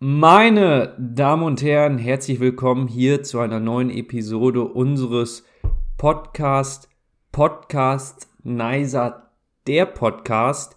Meine Damen und Herren, herzlich willkommen hier zu einer neuen Episode unseres Podcast Nicer, der Podcast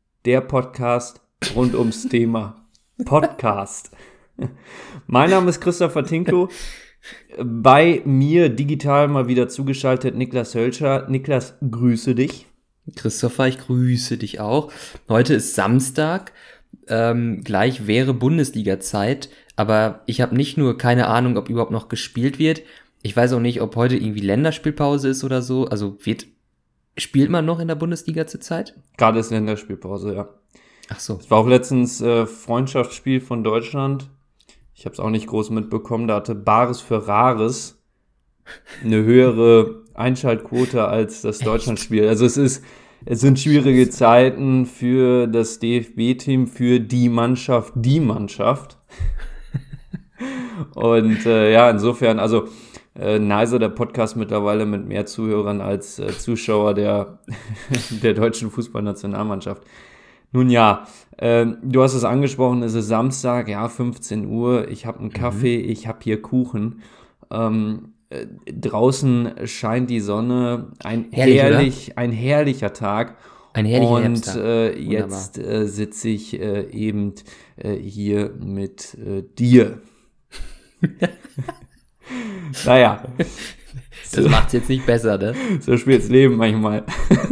rund ums Thema Podcast. Mein Name ist Christopher Tinkow, bei mir digital mal wieder zugeschaltet Niklas Hölscher. Niklas, grüße dich. Christopher, ich grüße dich auch. Heute ist Samstag. Gleich wäre Bundesliga-Zeit, aber ich habe nicht nur keine Ahnung, ob überhaupt noch gespielt wird. Ich weiß auch nicht, ob heute irgendwie Länderspielpause ist oder so. Also spielt man noch in der Bundesliga zurzeit? Gerade ist Länderspielpause, ja. Ach so. Es war auch letztens Freundschaftsspiel von Deutschland. Ich habe es auch nicht groß mitbekommen. Da hatte Bares für Rares eine höhere Einschaltquote als das Deutschlandspiel. Also es sind schwierige Zeiten für das DFB-Team, für die Mannschaft. Und insofern, Nicer, der Podcast mittlerweile mit mehr Zuhörern als Zuschauer der deutschen Fußballnationalmannschaft. Nun ja, du hast es angesprochen, es ist Samstag, ja, 15 Uhr, ich habe einen Kaffee, ich habe hier Kuchen. Draußen scheint die Sonne, ein herrlicher Tag. Ein herrlicher und Herbsttag. Jetzt sitze ich eben hier mit dir. Naja. Das macht's jetzt nicht besser, ne? So spielt's Leben manchmal.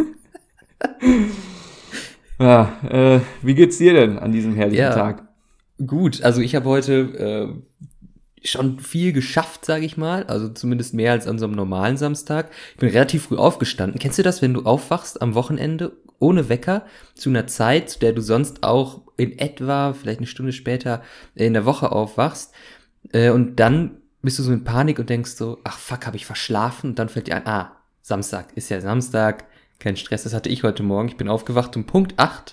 Ja, wie geht's dir denn an diesem herrlichen Tag? Gut, also ich habe heute schon viel geschafft, sage ich mal, also zumindest mehr als an so einem normalen Samstag. Ich bin relativ früh aufgestanden. Kennst du das, wenn du aufwachst am Wochenende ohne Wecker zu einer Zeit, zu der du sonst auch in etwa, vielleicht eine Stunde später in der Woche aufwachst und dann bist du so in Panik und denkst so, ach fuck, habe ich verschlafen? Und dann fällt dir ein, Samstag, ist ja Samstag, kein Stress, das hatte ich heute Morgen. Ich bin aufgewacht um Punkt 8,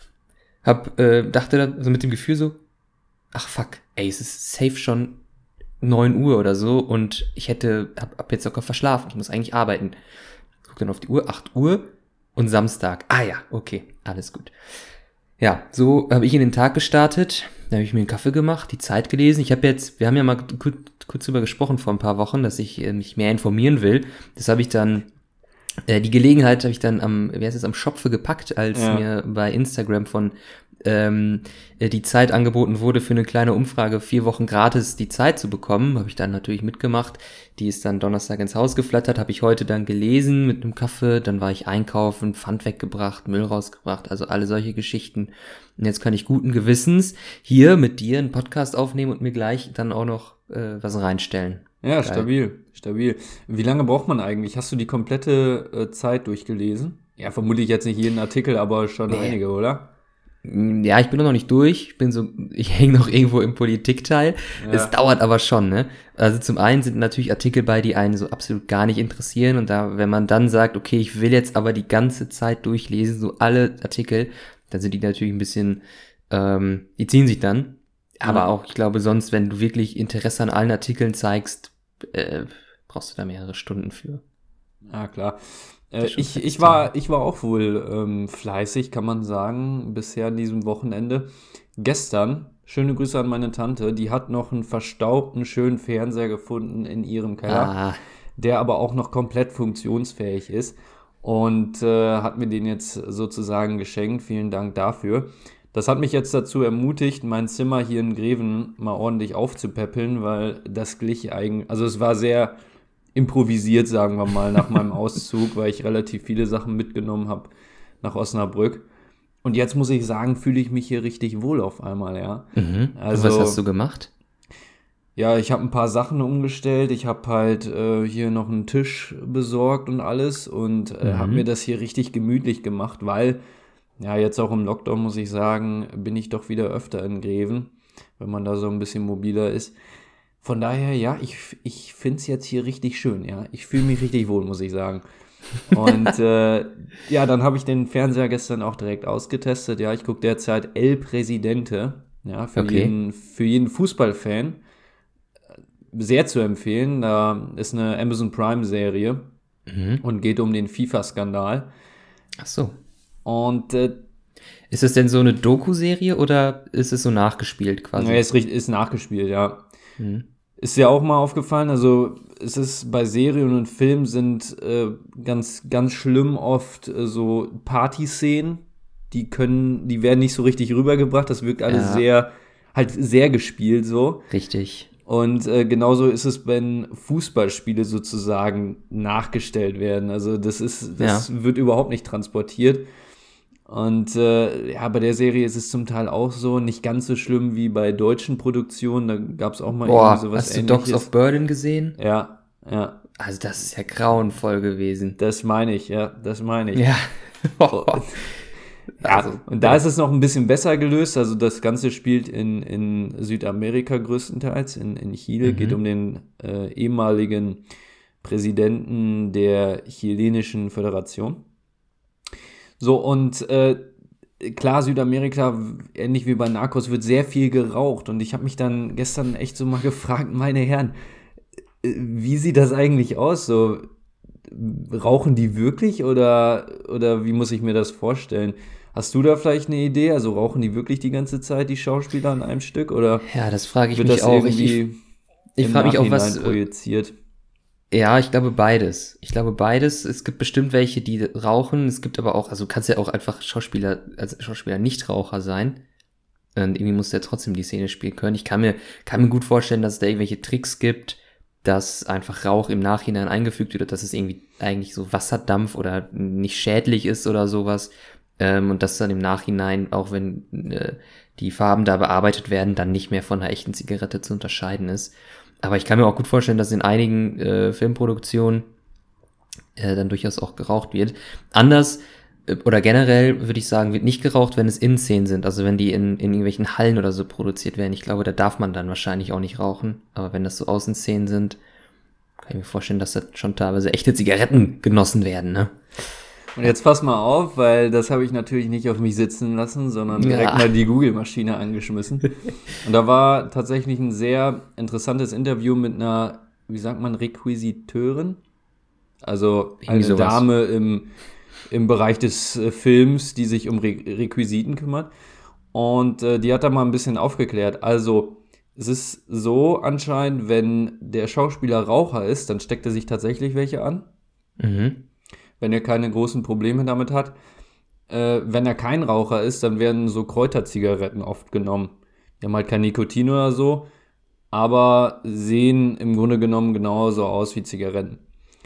dachte dann so mit dem Gefühl so, ach fuck, ey, es ist safe schon 9 Uhr oder so und ich hab jetzt sogar verschlafen, ich muss eigentlich arbeiten. Guck dann auf die Uhr, 8 Uhr und Samstag. Ah ja, okay, alles gut. Ja, so habe ich in den Tag gestartet, da habe ich mir einen Kaffee gemacht, die Zeit gelesen. Wir haben ja mal kurz drüber gesprochen vor ein paar Wochen, dass ich mich mehr informieren will. Das habe ich dann, die Gelegenheit habe ich dann am Schopfe gepackt, als mir bei Instagram von die Zeit angeboten wurde, für eine kleine Umfrage 4 Wochen gratis die Zeit zu bekommen, habe ich dann natürlich mitgemacht. Die ist dann Donnerstag ins Haus geflattert, habe ich heute dann gelesen mit einem Kaffee, dann war ich einkaufen, Pfand weggebracht, Müll rausgebracht, also alle solche Geschichten. Und jetzt kann ich guten Gewissens hier mit dir einen Podcast aufnehmen und mir gleich dann auch noch was reinstellen. Ja, Geil. stabil. Wie lange braucht man eigentlich? Hast du die komplette Zeit durchgelesen? Ja, vermutlich jetzt nicht jeden Artikel, aber schon einige, oder? Ja, ich bin noch nicht durch. Ich hänge noch irgendwo im Politikteil. Ja. Es dauert aber schon, ne? Also zum einen sind natürlich Artikel bei, die einen so absolut gar nicht interessieren. Und wenn man dann sagt, okay, ich will jetzt aber die ganze Zeit durchlesen, so alle Artikel, dann sind die natürlich ein bisschen, die ziehen sich dann. Aber auch, ich glaube, sonst, wenn du wirklich Interesse an allen Artikeln zeigst, brauchst du da mehrere Stunden für. Ja, klar. Ich war auch wohl fleißig, kann man sagen, bisher an diesem Wochenende. Gestern, schöne Grüße an meine Tante, die hat noch einen verstaubten, schönen Fernseher gefunden in ihrem Keller, der aber auch noch komplett funktionsfähig ist und hat mir den jetzt sozusagen geschenkt. Vielen Dank dafür. Das hat mich jetzt dazu ermutigt, mein Zimmer hier in Greven mal ordentlich aufzupäppeln, weil das glich es war sehr improvisiert, sagen wir mal, nach meinem Auszug, weil ich relativ viele Sachen mitgenommen habe nach Osnabrück. Und jetzt muss ich sagen, fühle ich mich hier richtig wohl auf einmal, ja. Mhm. Also, was hast du gemacht? Ja, ich habe ein paar Sachen umgestellt. Ich habe halt hier noch einen Tisch besorgt und alles und habe mir das hier richtig gemütlich gemacht, weil, ja, jetzt auch im Lockdown, muss ich sagen, bin ich doch wieder öfter in Greven, wenn man da so ein bisschen mobiler ist. Von daher, ja, ich finde es jetzt hier richtig schön, ja. Ich fühle mich richtig wohl, muss ich sagen. Und dann habe ich den Fernseher gestern auch direkt ausgetestet. Ja, ich gucke derzeit El Presidente, ja, für jeden Fußballfan sehr zu empfehlen. Da ist eine Amazon Prime-Serie und geht um den FIFA-Skandal. Ach so. Und Ist es denn so eine Doku-Serie oder ist es so nachgespielt quasi? Ja, ist nachgespielt, ja. Ist dir auch mal aufgefallen, also es ist bei Serien und Filmen sind ganz, ganz schlimm oft so Partyszenen, die werden nicht so richtig rübergebracht, das wirkt alles sehr gespielt so. Richtig. Und genauso ist es, wenn Fußballspiele sozusagen nachgestellt werden. Also das wird überhaupt nicht transportiert. Und bei der Serie ist es zum Teil auch so, nicht ganz so schlimm wie bei deutschen Produktionen. Da gab es auch mal irgendwie sowas Ähnliches. Hast du Dogs of Burden gesehen? Ja. Also das ist ja grauenvoll gewesen. Das meine ich. Ja. Und da ist es noch ein bisschen besser gelöst. Also das Ganze spielt in Südamerika größtenteils, in Chile. Geht um den ehemaligen Präsidenten der chilenischen Föderation. So, und klar, Südamerika, ähnlich wie bei Narcos, wird sehr viel geraucht. Und ich habe mich dann gestern echt so mal gefragt, meine Herren, wie sieht das eigentlich aus? So, rauchen die wirklich oder wie muss ich mir das vorstellen? Hast du da vielleicht eine Idee? Also rauchen die wirklich die ganze Zeit, die Schauspieler an einem Stück? Oder ja, das frage ich mich auch. Ich frage mich auch, was projiziert. Ja, ich glaube beides. Es gibt bestimmt welche, die rauchen. Es gibt aber auch, also kannst ja auch einfach Schauspieler Nichtraucher sein. Und irgendwie muss der trotzdem die Szene spielen können. Ich kann mir gut vorstellen, dass es da irgendwelche Tricks gibt, dass einfach Rauch im Nachhinein eingefügt wird, dass es irgendwie eigentlich so Wasserdampf oder nicht schädlich ist oder sowas. Und dass dann im Nachhinein, auch wenn die Farben da bearbeitet werden, dann nicht mehr von einer echten Zigarette zu unterscheiden ist. Aber ich kann mir auch gut vorstellen, dass in einigen Filmproduktionen dann durchaus auch geraucht wird. Anders oder generell würde ich sagen, wird nicht geraucht, wenn es Innenszenen sind. Also wenn die in irgendwelchen Hallen oder so produziert werden. Ich glaube, da darf man dann wahrscheinlich auch nicht rauchen. Aber wenn das so Außenszenen sind, kann ich mir vorstellen, dass da schon teilweise echte Zigaretten genossen werden, ne? Und jetzt pass mal auf, weil das habe ich natürlich nicht auf mich sitzen lassen, sondern direkt mal die Google-Maschine angeschmissen. Und da war tatsächlich ein sehr interessantes Interview mit einer, wie sagt man, Requisiteurin? Also eine Dame im Bereich des Films, die sich um Requisiten kümmert. Und die hat da mal ein bisschen aufgeklärt. Also es ist so anscheinend, wenn der Schauspieler Raucher ist, dann steckt er sich tatsächlich welche an. Wenn er keine großen Probleme damit hat. Wenn er kein Raucher ist, dann werden so Kräuterzigaretten oft genommen. Die haben halt kein Nikotin oder so, aber sehen im Grunde genommen genauso aus wie Zigaretten.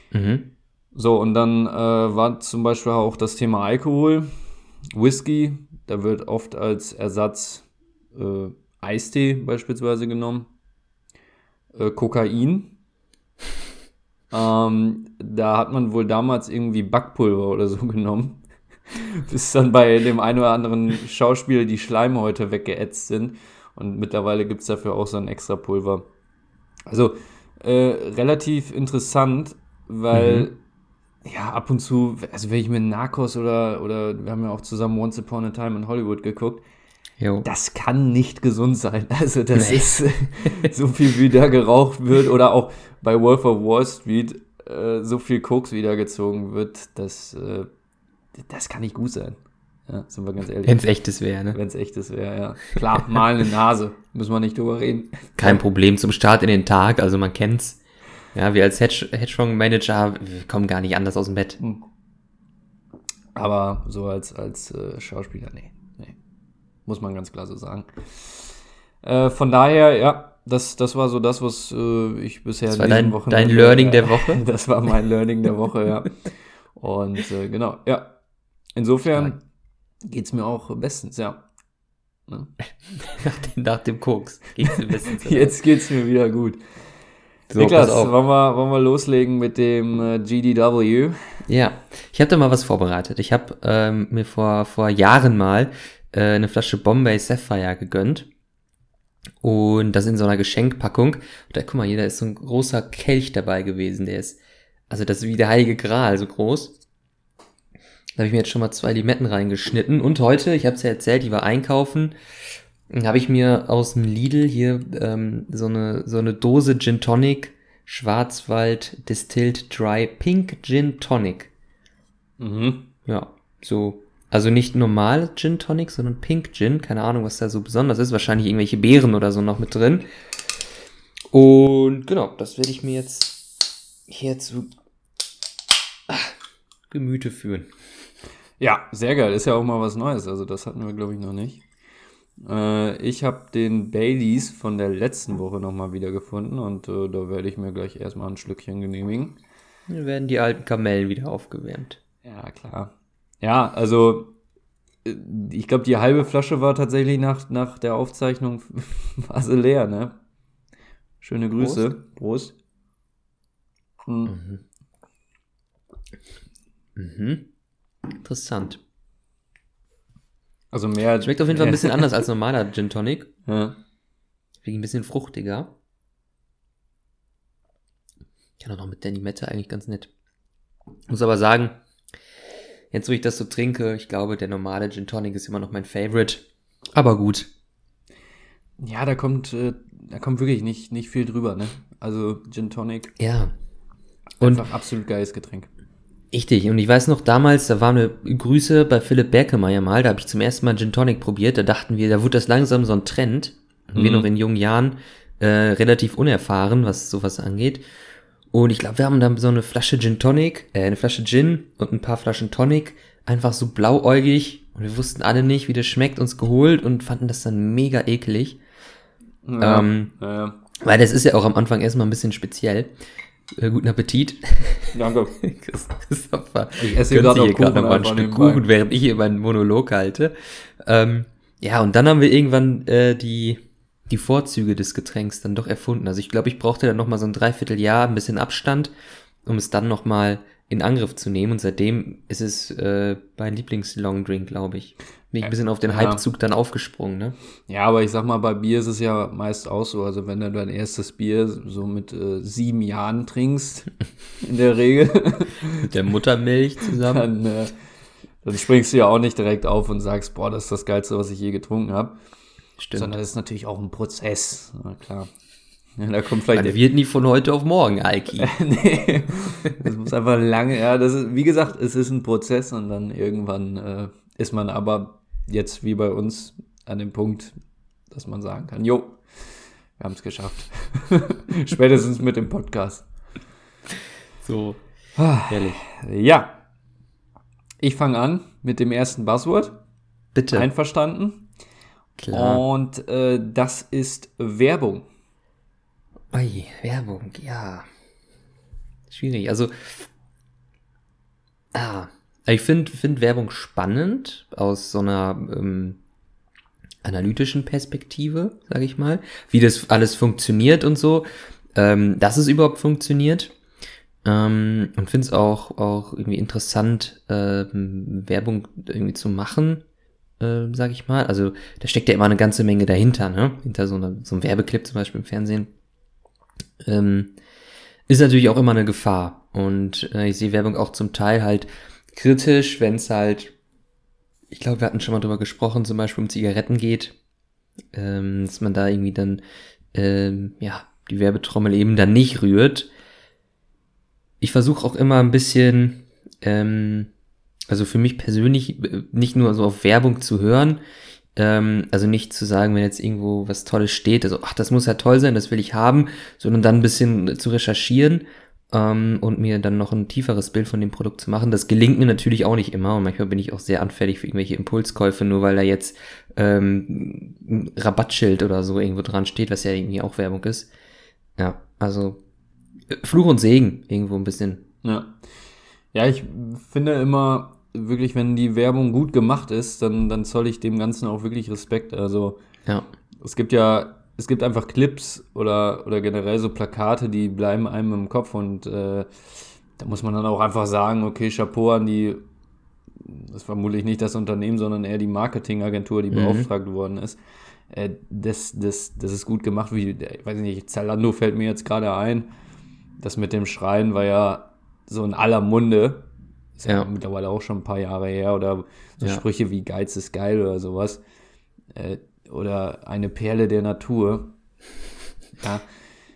So, und dann war zum Beispiel auch das Thema Alkohol, Whisky, da wird oft als Ersatz Eistee beispielsweise genommen, Kokain. Da hat man wohl damals irgendwie Backpulver oder so genommen, bis dann bei dem einen oder anderen Schauspieler die Schleimhäute weggeätzt sind. Und mittlerweile gibt es dafür auch so ein extra Pulver. Also relativ interessant, weil ab und zu, also wenn ich mit Narcos oder wir haben ja auch zusammen Once Upon a Time in Hollywood geguckt, das kann nicht gesund sein. Also das ist so viel, wie da geraucht wird, oder auch bei Wolf of Wall Street so viel Koks wiedergezogen wird, das kann nicht gut sein. Ja, sind wir ganz ehrlich. Wenn es echtes wäre, ne? Wenn es echtes wäre, ja. Klar, mal eine Nase, müssen wir nicht drüber reden. Kein Problem zum Start in den Tag, also man kennt's. Ja, wir als Hedgefonds-Manager kommen gar nicht anders aus dem Bett. Aber so als Schauspieler, nee. Muss man ganz klar so sagen. Von daher, ja, das war so das, was ich bisher in diesen Wochen... Dein Learning der Woche? Das war mein Learning der Woche, ja. Und genau, ja. Insofern geht's mir auch bestens, ja. Ne? Nach dem Koks geht's mir bestens. Jetzt geht's mir wieder gut. So, Niklas, wollen wir loslegen mit dem GDW? Ja, ich habe da mal was vorbereitet. Ich habe mir vor Jahren mal eine Flasche Bombay Sapphire gegönnt. Und das in so einer Geschenkpackung. Und da, guck mal, hier, da ist so ein großer Kelch dabei gewesen. Das ist wie der Heilige Gral, so groß. Da habe ich mir jetzt schon mal 2 Limetten reingeschnitten. Und heute, ich habe es ja erzählt, ich war einkaufen, habe ich mir aus dem Lidl hier so eine Dose Gin Tonic, Schwarzwald Distilled Dry Pink Gin Tonic. Ja, so Also nicht normal Gin Tonic, sondern Pink Gin. Keine Ahnung, was da so besonders ist. Wahrscheinlich irgendwelche Beeren oder so noch mit drin. Und genau, das werde ich mir jetzt hier zu Gemüte führen. Ja, sehr geil. Ist ja auch mal was Neues. Also das hatten wir, glaube ich, noch nicht. Ich habe den Baileys von der letzten Woche nochmal wiedergefunden und da werde ich mir gleich erstmal ein Schlückchen genehmigen. Dann werden die alten Kamellen wieder aufgewärmt. Ja, klar. Ja, also ich glaube, die halbe Flasche war tatsächlich nach der Aufzeichnung war sie leer, ne? Schöne Grüße. Prost. Interessant. Also mehr. Schmeckt auf jeden Fall ein bisschen anders als normaler Gin Tonic. Ja. Ein bisschen fruchtiger. Kann auch noch mit der Limette eigentlich ganz nett. Muss aber sagen, jetzt wo ich das so trinke, ich glaube, der normale Gin Tonic ist immer noch mein Favorite. Aber gut. Ja, da kommt wirklich nicht viel drüber, ne? Also Gin Tonic. Ja. Und einfach absolut geiles Getränk. Richtig. Und ich weiß noch, damals, da waren wir Grüße bei Philipp Berkemeyer mal, da habe ich zum ersten Mal Gin Tonic probiert. Da dachten wir, da wurde das langsam so ein Trend. Und wir noch in jungen Jahren relativ unerfahren, was sowas angeht. Und ich glaube, wir haben dann so eine Flasche Gin und ein paar Flaschen Tonic, einfach so blauäugig. Und wir wussten alle nicht, wie das schmeckt, uns geholt und fanden das dann mega eklig. Ja. Weil das ist ja auch am Anfang erstmal ein bisschen speziell. Guten Appetit. Danke. Christopher, ich esse gerade noch mal ein Stück Kuchen, während ich hier meinen Monolog halte. Ja, und dann haben wir irgendwann die Vorzüge des Getränks dann doch erfunden. Also ich glaube, ich brauchte dann noch mal so ein Dreivierteljahr, ein bisschen Abstand, um es dann noch mal in Angriff zu nehmen. Und seitdem ist es mein Lieblings-Longdrink, glaube ich. Bin ich ein bisschen auf den Hypezug dann aufgesprungen, ne? Ja, aber ich sag mal, bei Bier ist es ja meist auch so. Also wenn du dein erstes Bier so mit 7 Jahren trinkst, in der Regel. Mit der Muttermilch zusammen. Dann springst du ja auch nicht direkt auf und sagst, boah, das ist das Geilste, was ich je getrunken habe. Stimmt. Sondern das ist natürlich auch ein Prozess. Na klar. Ja, da kommt vielleicht Man wird nicht von heute auf morgen, Alki. Nee, das muss einfach lange, ja, das ist, wie gesagt, es ist ein Prozess und dann irgendwann ist man aber jetzt wie bei uns an dem Punkt, dass man sagen kann, jo, wir haben es geschafft. Spätestens mit dem Podcast. So, herrlich. Ja, ich fange an mit dem ersten Buzzword. Bitte. Einverstanden? Klar. Und das ist Werbung. Ui, Werbung, ja. Schwierig. Also, ich finde Werbung spannend aus so einer analytischen Perspektive, sage ich mal. Wie das alles funktioniert und so. Dass es überhaupt funktioniert. Und finde es auch irgendwie interessant, Werbung irgendwie zu machen, sage ich mal. Also, da steckt ja immer eine ganze Menge dahinter, ne? Hinter so einem Werbeclip zum Beispiel im Fernsehen. Ist natürlich auch immer eine Gefahr. Und ich sehe Werbung auch zum Teil halt kritisch, wenn es halt, ich glaube, wir hatten schon mal drüber gesprochen, zum Beispiel um Zigaretten geht, dass man da irgendwie dann, die Werbetrommel eben dann nicht rührt. Ich versuche auch immer ein bisschen, also für mich persönlich, nicht nur so auf Werbung zu hören, also nicht zu sagen, wenn jetzt irgendwo was Tolles steht, also ach, das muss ja toll sein, das will ich haben, sondern dann ein bisschen zu recherchieren und mir dann noch ein tieferes Bild von dem Produkt zu machen. Das gelingt mir natürlich auch nicht immer und manchmal bin ich auch sehr anfällig für irgendwelche Impulskäufe, nur weil da jetzt ein Rabattschild oder so irgendwo dran steht, was ja irgendwie auch Werbung ist. Ja, also Fluch und Segen irgendwo ein bisschen. Ja, ich finde immer wirklich, wenn die Werbung gut gemacht ist, dann zoll ich dem Ganzen auch wirklich Respekt. Also ja. Es gibt einfach Clips oder generell so Plakate, die bleiben einem im Kopf und da muss man dann auch einfach sagen, okay, Chapeau an das ist vermutlich nicht das Unternehmen, sondern eher die Marketingagentur, die beauftragt worden ist. Das ist gut gemacht, ich weiß nicht, Zalando fällt mir jetzt gerade ein. Das mit dem Schreien war ja so in aller Munde. Ist ja mittlerweile auch schon ein paar Jahre her. Oder so Sprüche wie Geiz ist geil oder sowas. Oder eine Perle der Natur. Ja,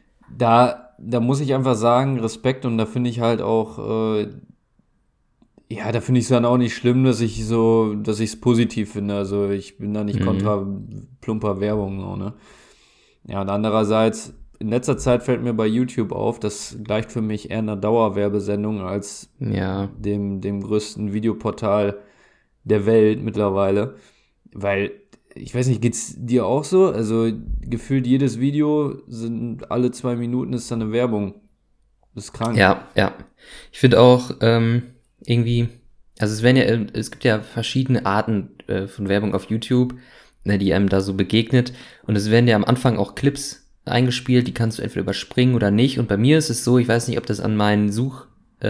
da muss ich einfach sagen, Respekt. Und da finde ich halt auch, Ja, da finde ich es dann auch nicht schlimm, dass ich es positiv finde. Also ich bin da nicht kontra plumper Werbung, so, ne? Ja, und andererseits, in letzter Zeit fällt mir bei YouTube auf, das gleicht für mich eher einer Dauerwerbesendung als dem größten Videoportal der Welt mittlerweile. Weil, ich weiß nicht, geht's dir auch so? Also gefühlt jedes Video sind alle 2 Minuten ist dann eine Werbung. Das ist krank. Ja. Ich finde auch irgendwie, also es gibt ja verschiedene Arten von Werbung auf YouTube, ne, die einem da so begegnet. Und es werden ja am Anfang auch Clips eingespielt, die kannst du entweder überspringen oder nicht. Und bei mir ist es so, ich weiß nicht, ob das an meinen Ob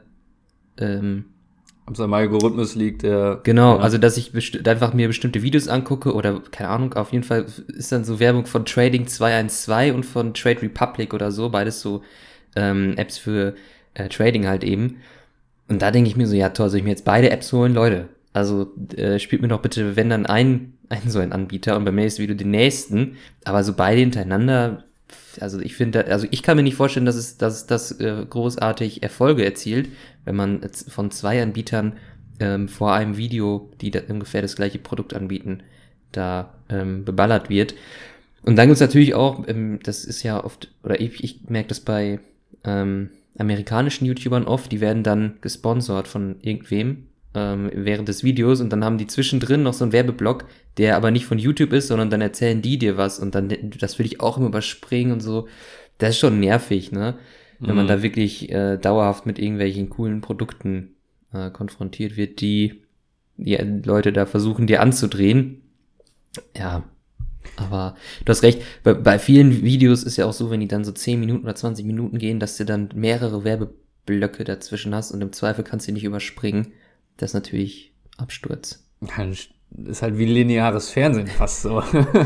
es am Algorithmus liegt, Genau, also dass ich einfach mir bestimmte Videos angucke oder, keine Ahnung, auf jeden Fall ist dann so Werbung von Trading 212 und von Trade Republic oder so, beides so Apps für Trading halt eben. Und da denke ich mir so, ja toll, soll ich mir jetzt beide Apps holen? Leute, also spielt mir doch bitte, wenn dann einen so ein Anbieter und beim nächsten Video den nächsten, aber so beide hintereinander, also ich finde, also ich kann mir nicht vorstellen, dass das großartig Erfolge erzielt, wenn man von 2 Anbietern vor einem Video, die da ungefähr das gleiche Produkt anbieten, da beballert wird. Und dann gibt's natürlich auch, das ist ja oft, oder ich merke das bei amerikanischen YouTubern oft, die werden dann gesponsert von irgendwem während des Videos und dann haben die zwischendrin noch so einen Werbeblock, der aber nicht von YouTube ist, sondern dann erzählen die dir was und dann, das will ich auch immer überspringen und so. Das ist schon nervig, ne? Wenn man da wirklich dauerhaft mit irgendwelchen coolen Produkten konfrontiert wird, die Leute da versuchen, dir anzudrehen. Ja, aber du hast recht, bei vielen Videos ist ja auch so, wenn die dann so 10 Minuten oder 20 Minuten gehen, dass du dann mehrere Werbeblöcke dazwischen hast und im Zweifel kannst du nicht überspringen. Das ist natürlich Absturz. Ist halt wie lineares Fernsehen fast so.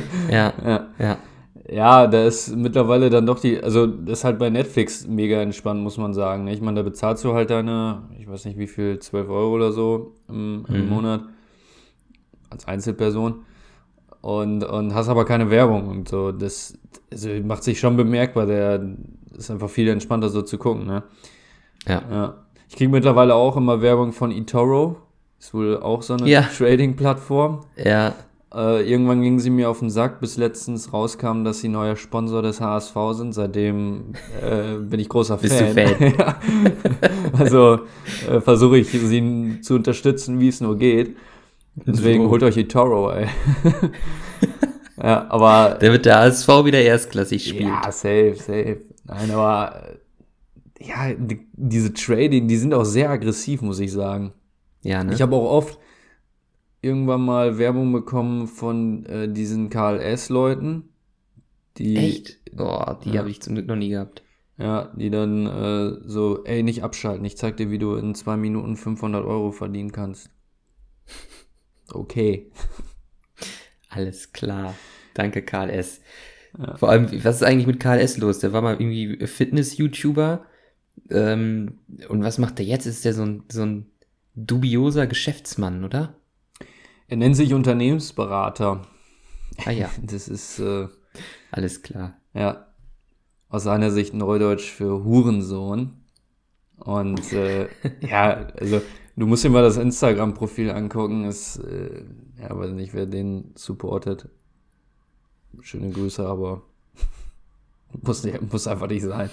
Ja. Ja, da ist mittlerweile dann doch also das ist halt bei Netflix mega entspannt, muss man sagen. Ne? Ich meine, da bezahlst du halt ich weiß nicht wie viel, 12 Euro oder so im Monat als Einzelperson und hast aber keine Werbung und so. Das also macht sich schon bemerkbar, ist einfach viel entspannter so zu gucken, ne? Ja. Ich kriege mittlerweile auch immer Werbung von eToro. Ist wohl auch so eine Trading-Plattform. Ja. Irgendwann gingen sie mir auf den Sack, bis letztens rauskam, dass sie neuer Sponsor des HSV sind. Seitdem bin ich großer Fan. Bist du Fan? Ja. Also versuche ich, sie zu unterstützen, wie es nur geht. Deswegen holt euch eToro, ey. Ja, aber der wird der HSV wieder erstklassig spielt. Ja, safe. Nein, aber ja, diese Trading, die sind auch sehr aggressiv, muss ich sagen. Ja, ne? Ich habe auch oft irgendwann mal Werbung bekommen von diesen KLS-Leuten. Echt? Oh, die habe ich zum Glück noch nie gehabt. Ja, die dann so, ey, nicht abschalten. Ich zeig dir, wie du in 2 Minuten 500 Euro verdienen kannst. Okay. Alles klar. Danke, KLS. Ja. Vor allem, was ist eigentlich mit KLS los? Der war mal irgendwie Fitness-YouTuber. Und was macht der jetzt? Ist der so ein dubioser Geschäftsmann, oder? Er nennt sich Unternehmensberater. Ah ja. Das ist alles klar. Ja. Aus seiner Sicht Neudeutsch für Hurensohn. Und ja, also du musst dir mal das Instagram-Profil angucken. Ist, ja, weiß nicht, wer den supportet. Schöne Grüße, aber muss einfach nicht sein.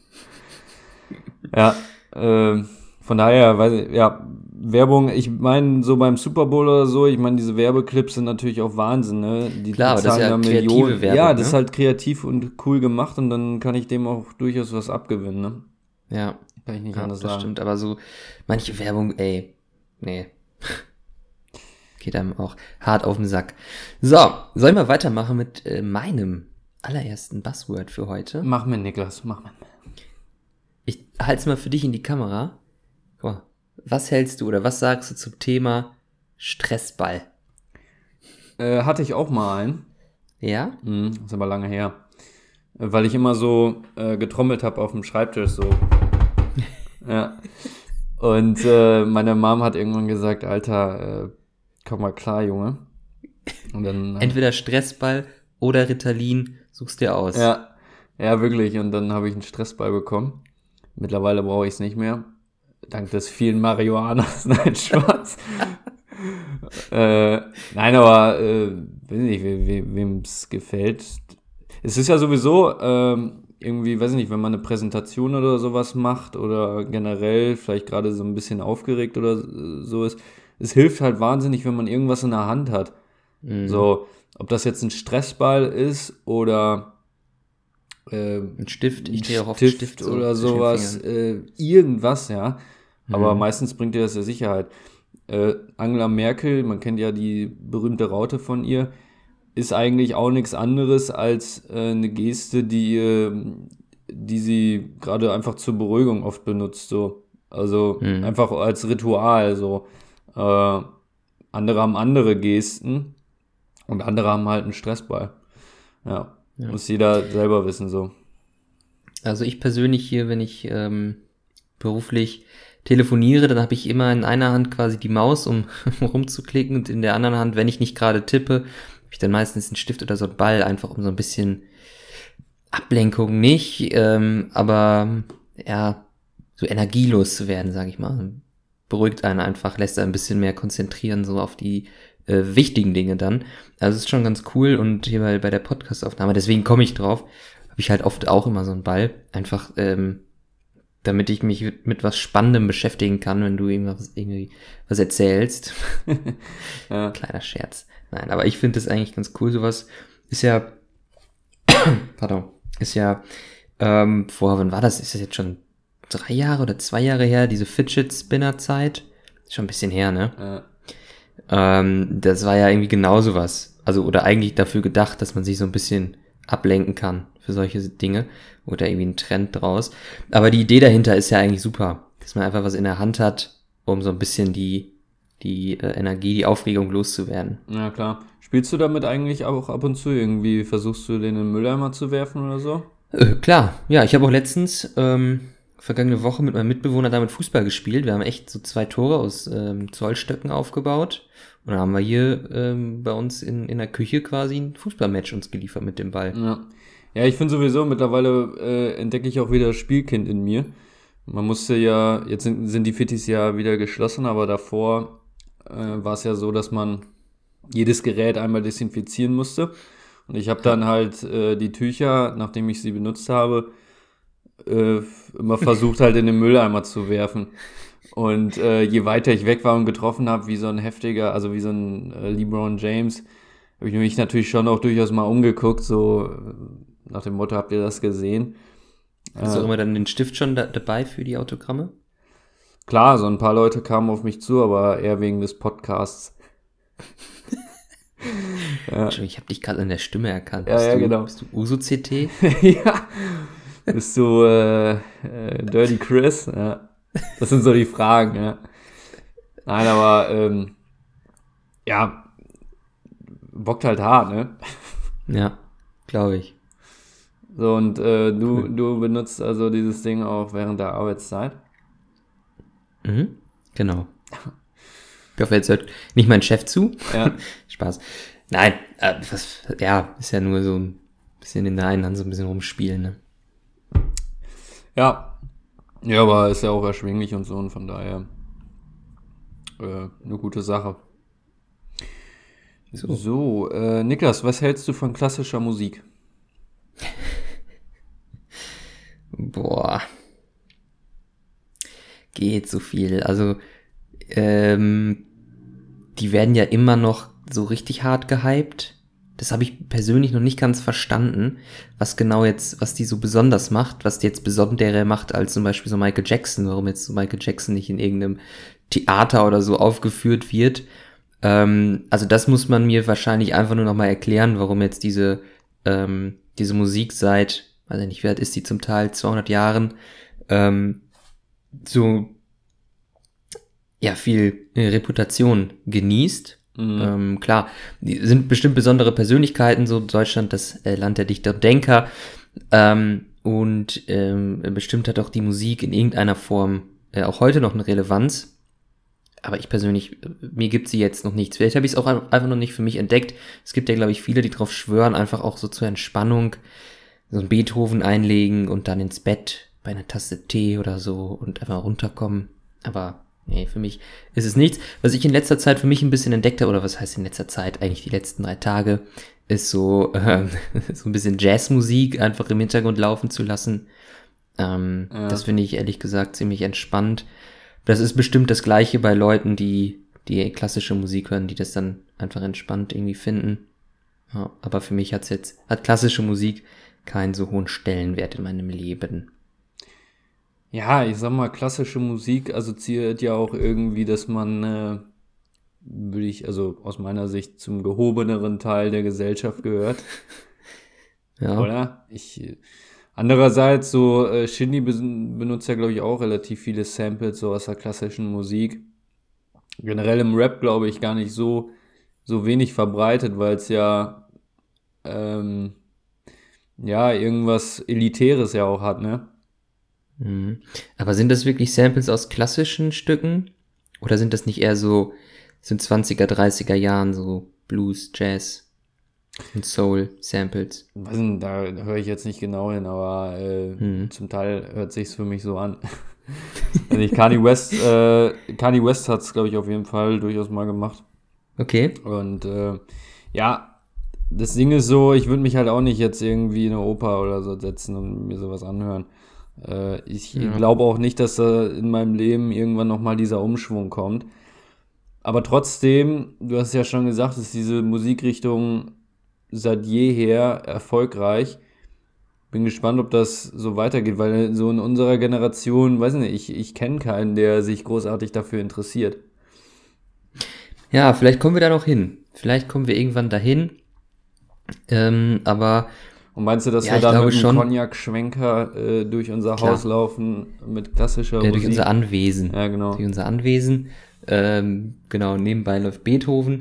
Ja, von daher, weiß ich, ja, Werbung, ich meine, so beim Super Bowl oder so, ich meine, diese Werbeclips sind natürlich auch Wahnsinn, ne? Die klar, aber das ist ja kreative Werbung. Ja, das ist halt kreativ und cool gemacht und dann kann ich dem auch durchaus was abgewinnen, ne? Ja. Kann ich nicht anders sagen. Das stimmt, aber so manche Werbung, ey, nee. Geht einem auch hart auf den Sack. So, sollen wir weitermachen mit meinem allerersten Buzzword für heute? Mach mir, Niklas, mach mir. Ich halte es mal für dich in die Kamera. Guck mal, was hältst du oder was sagst du zum Thema Stressball? Hatte ich auch mal einen. Ja? Ist aber lange her. Weil ich immer so getrommelt habe auf dem Schreibtisch, so. Ja. Und meine Mom hat irgendwann gesagt, Alter, komm mal klar, Junge. Und dann, entweder Stressball oder Ritalin, suchst dir aus. Ja, wirklich. Und dann habe ich einen Stressball bekommen. Mittlerweile brauche ich es nicht mehr. dank des vielen Marihuanas. Nein, Spaß. Nein, aber weiß nicht, wem es gefällt. Es ist ja sowieso irgendwie, weiß ich nicht, wenn man eine Präsentation oder sowas macht oder generell vielleicht gerade so ein bisschen aufgeregt oder so ist, es hilft halt wahnsinnig, wenn man irgendwas in der Hand hat. So, ob das jetzt ein Stressball ist oder ein Stift, ich stehe auch auf Stift Stift oder sowas, irgendwas, ja. Aber meistens bringt dir das ja Sicherheit. Angela Merkel, man kennt ja die berühmte Raute von ihr, ist eigentlich auch nichts anderes als eine Geste, die sie gerade einfach zur Beruhigung oft benutzt, so. Also einfach als Ritual, so. Andere haben andere Gesten und andere haben halt einen Stressball. Ja. Muss jeder selber wissen, so. Also ich persönlich hier, wenn ich beruflich telefoniere, dann habe ich immer in einer Hand quasi die Maus, um rumzuklicken, und in der anderen Hand, wenn ich nicht gerade tippe, habe ich dann meistens einen Stift oder so einen Ball, einfach um so ein bisschen Ablenkung nicht, aber ja, so energielos zu werden, sage ich mal. Beruhigt einen einfach, lässt einen ein bisschen mehr konzentrieren, so auf die wichtigen Dinge dann. Also es ist schon ganz cool, und hier bei der Podcast-Aufnahme, deswegen komme ich drauf, habe ich halt oft auch immer so einen Ball, einfach damit ich mich mit was Spannendem beschäftigen kann, wenn du irgendwie was erzählst. Ja. Kleiner Scherz. Nein, aber ich finde das eigentlich ganz cool, sowas ist ja wann war das? Ist das jetzt schon 3 Jahre oder 2 Jahre her, diese Fidget Spinner Zeit? Ist schon ein bisschen her, ne? Ja. Das war ja irgendwie genau sowas. Also, oder eigentlich dafür gedacht, dass man sich so ein bisschen ablenken kann für solche Dinge. Oder irgendwie ein Trend draus. Aber die Idee dahinter ist ja eigentlich super. Dass man einfach was in der Hand hat, um so ein bisschen die Energie, die Aufregung loszuwerden. Ja, klar. Spielst du damit eigentlich auch ab und zu irgendwie? Versuchst du den in den Mülleimer zu werfen oder so? Klar. Ja, ich habe auch letztens vergangene Woche mit meinem Mitbewohner damit Fußball gespielt. Wir haben echt so 2 Tore aus Zollstöcken aufgebaut. Und dann haben wir hier bei uns in der Küche quasi ein Fußballmatch uns geliefert mit dem Ball. Ja, ich finde sowieso, mittlerweile entdecke ich auch wieder das Spielkind in mir. Man musste ja, jetzt sind die Fittis ja wieder geschlossen, aber davor war es ja so, dass man jedes Gerät einmal desinfizieren musste. Und ich habe dann halt die Tücher, nachdem ich sie benutzt habe, immer versucht halt in den Mülleimer zu werfen. Und je weiter ich weg war und getroffen habe, wie so ein heftiger, also wie so ein LeBron James, habe ich mich natürlich schon auch durchaus mal umgeguckt, so nach dem Motto, habt ihr das gesehen? Hast du auch immer dann den Stift schon dabei für die Autogramme? Klar, so ein paar Leute kamen auf mich zu, aber eher wegen des Podcasts. Ja. Ich habe dich gerade an der Stimme erkannt. Genau. Bist du Uso-CT? Ja. Bist du Dirty Chris? Ja. Das sind so die Fragen, ja. Nein, aber ja, bockt halt hart, ne? Ja, glaube ich. So, und du benutzt also dieses Ding auch während der Arbeitszeit? Genau. Ich hoffe, jetzt hört nicht mein Chef zu. Ja. Spaß. Nein, ist ja nur so ein bisschen in der einen Hand so ein bisschen rumspielen, ne? Ja, aber ist ja auch erschwinglich und so, und von daher eine gute Sache. So, Niklas, was hältst du von klassischer Musik? Boah. Geht so viel. Also, die werden ja immer noch so richtig hart gehypt. Das habe ich persönlich noch nicht ganz verstanden, was die so besonders macht, was die jetzt besonderer macht als zum Beispiel so Michael Jackson, warum jetzt so Michael Jackson nicht in irgendeinem Theater oder so aufgeführt wird. Also das muss man mir wahrscheinlich einfach nur nochmal erklären, warum jetzt diese Musik seit, weiß ich nicht, wie alt ist die zum Teil, 200 Jahren, so ja viel Reputation genießt. Klar, die sind bestimmt besondere Persönlichkeiten, so Deutschland, das Land der Dichter und Denker, und bestimmt hat auch die Musik in irgendeiner Form auch heute noch eine Relevanz, aber ich persönlich, mir gibt sie jetzt noch nichts. Vielleicht habe ich es auch einfach noch nicht für mich entdeckt. Es gibt ja, glaube ich, viele, die drauf schwören, einfach auch so zur Entspannung so ein Beethoven einlegen und dann ins Bett bei einer Tasse Tee oder so und einfach runterkommen. Aber nee, für mich ist es nichts. Was ich in letzter Zeit für mich ein bisschen entdeckt habe, oder was heißt in letzter Zeit, eigentlich die letzten 3 Tage, ist so, so ein bisschen Jazzmusik einfach im Hintergrund laufen zu lassen. Das finde ich ehrlich gesagt ziemlich entspannt. Das ist bestimmt das Gleiche bei Leuten, die klassische Musik hören, die das dann einfach entspannt irgendwie finden. Ja, aber für mich hat klassische Musik keinen so hohen Stellenwert in meinem Leben. Ja, ich sag mal, klassische Musik assoziiert ja auch irgendwie, dass man, also aus meiner Sicht zum gehobeneren Teil der Gesellschaft gehört. Ja. Oder? Andererseits, so, Shindy benutzt ja, glaube ich, auch relativ viele Samples so aus der klassischen Musik. Generell im Rap, glaube ich, gar nicht so wenig verbreitet, weil es ja, irgendwas Elitäres ja auch hat, ne? Mhm. Aber sind das wirklich Samples aus klassischen Stücken? Oder sind das nicht eher so 20er, 30er Jahren so Blues, Jazz und Soul-Samples? Da höre ich jetzt nicht genau hin, aber zum Teil hört sich's für mich so an. Also Kanye West hat's, glaube ich, auf jeden Fall durchaus mal gemacht. Okay. Und das Ding ist so, ich würde mich halt auch nicht jetzt irgendwie in eine Oper oder so setzen und mir sowas anhören. Ich glaube auch nicht, dass da in meinem Leben irgendwann nochmal dieser Umschwung kommt. Aber trotzdem, du hast ja schon gesagt, ist diese Musikrichtung seit jeher erfolgreich. Bin gespannt, ob das so weitergeht, weil so in unserer Generation, weiß nicht, ich kenne keinen, der sich großartig dafür interessiert. Ja, vielleicht kommen wir da noch hin. Vielleicht kommen wir irgendwann dahin. Aber Und meinst du, dass ja, wir dann mit einem schon, Cognac-Schwenker durch unser Haus laufen mit klassischer Musik? durch unser Anwesen. Ja, genau. Durch unser Anwesen. Genau, nebenbei läuft Beethoven.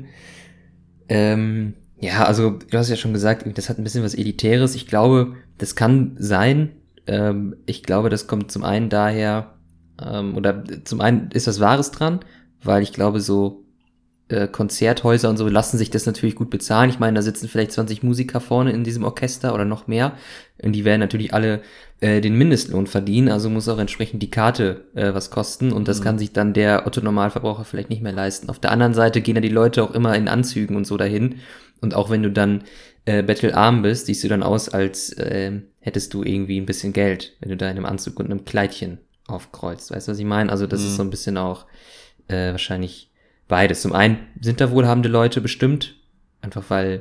Ja, also du hast ja schon gesagt, das hat ein bisschen was Elitäres. Ich glaube, das kann sein. Ich glaube, das kommt zum einen daher, oder zum einen ist was Wahres dran, weil ich glaube, so Konzerthäuser und so lassen sich das natürlich gut bezahlen. Ich meine, da sitzen vielleicht 20 Musiker vorne in diesem Orchester oder noch mehr. Und die werden natürlich alle den Mindestlohn verdienen, also muss auch entsprechend die Karte was kosten. Und das kann sich dann der Otto-Normalverbraucher vielleicht nicht mehr leisten. Auf der anderen Seite gehen ja die Leute auch immer in Anzügen und so dahin. Und auch wenn du dann bettelarm bist, siehst du dann aus, als hättest du irgendwie ein bisschen Geld, wenn du da in einem Anzug und einem Kleidchen aufkreuzt. Weißt du, was ich meine? Also das ist so ein bisschen auch wahrscheinlich beides. Zum einen sind da wohlhabende Leute bestimmt, einfach weil,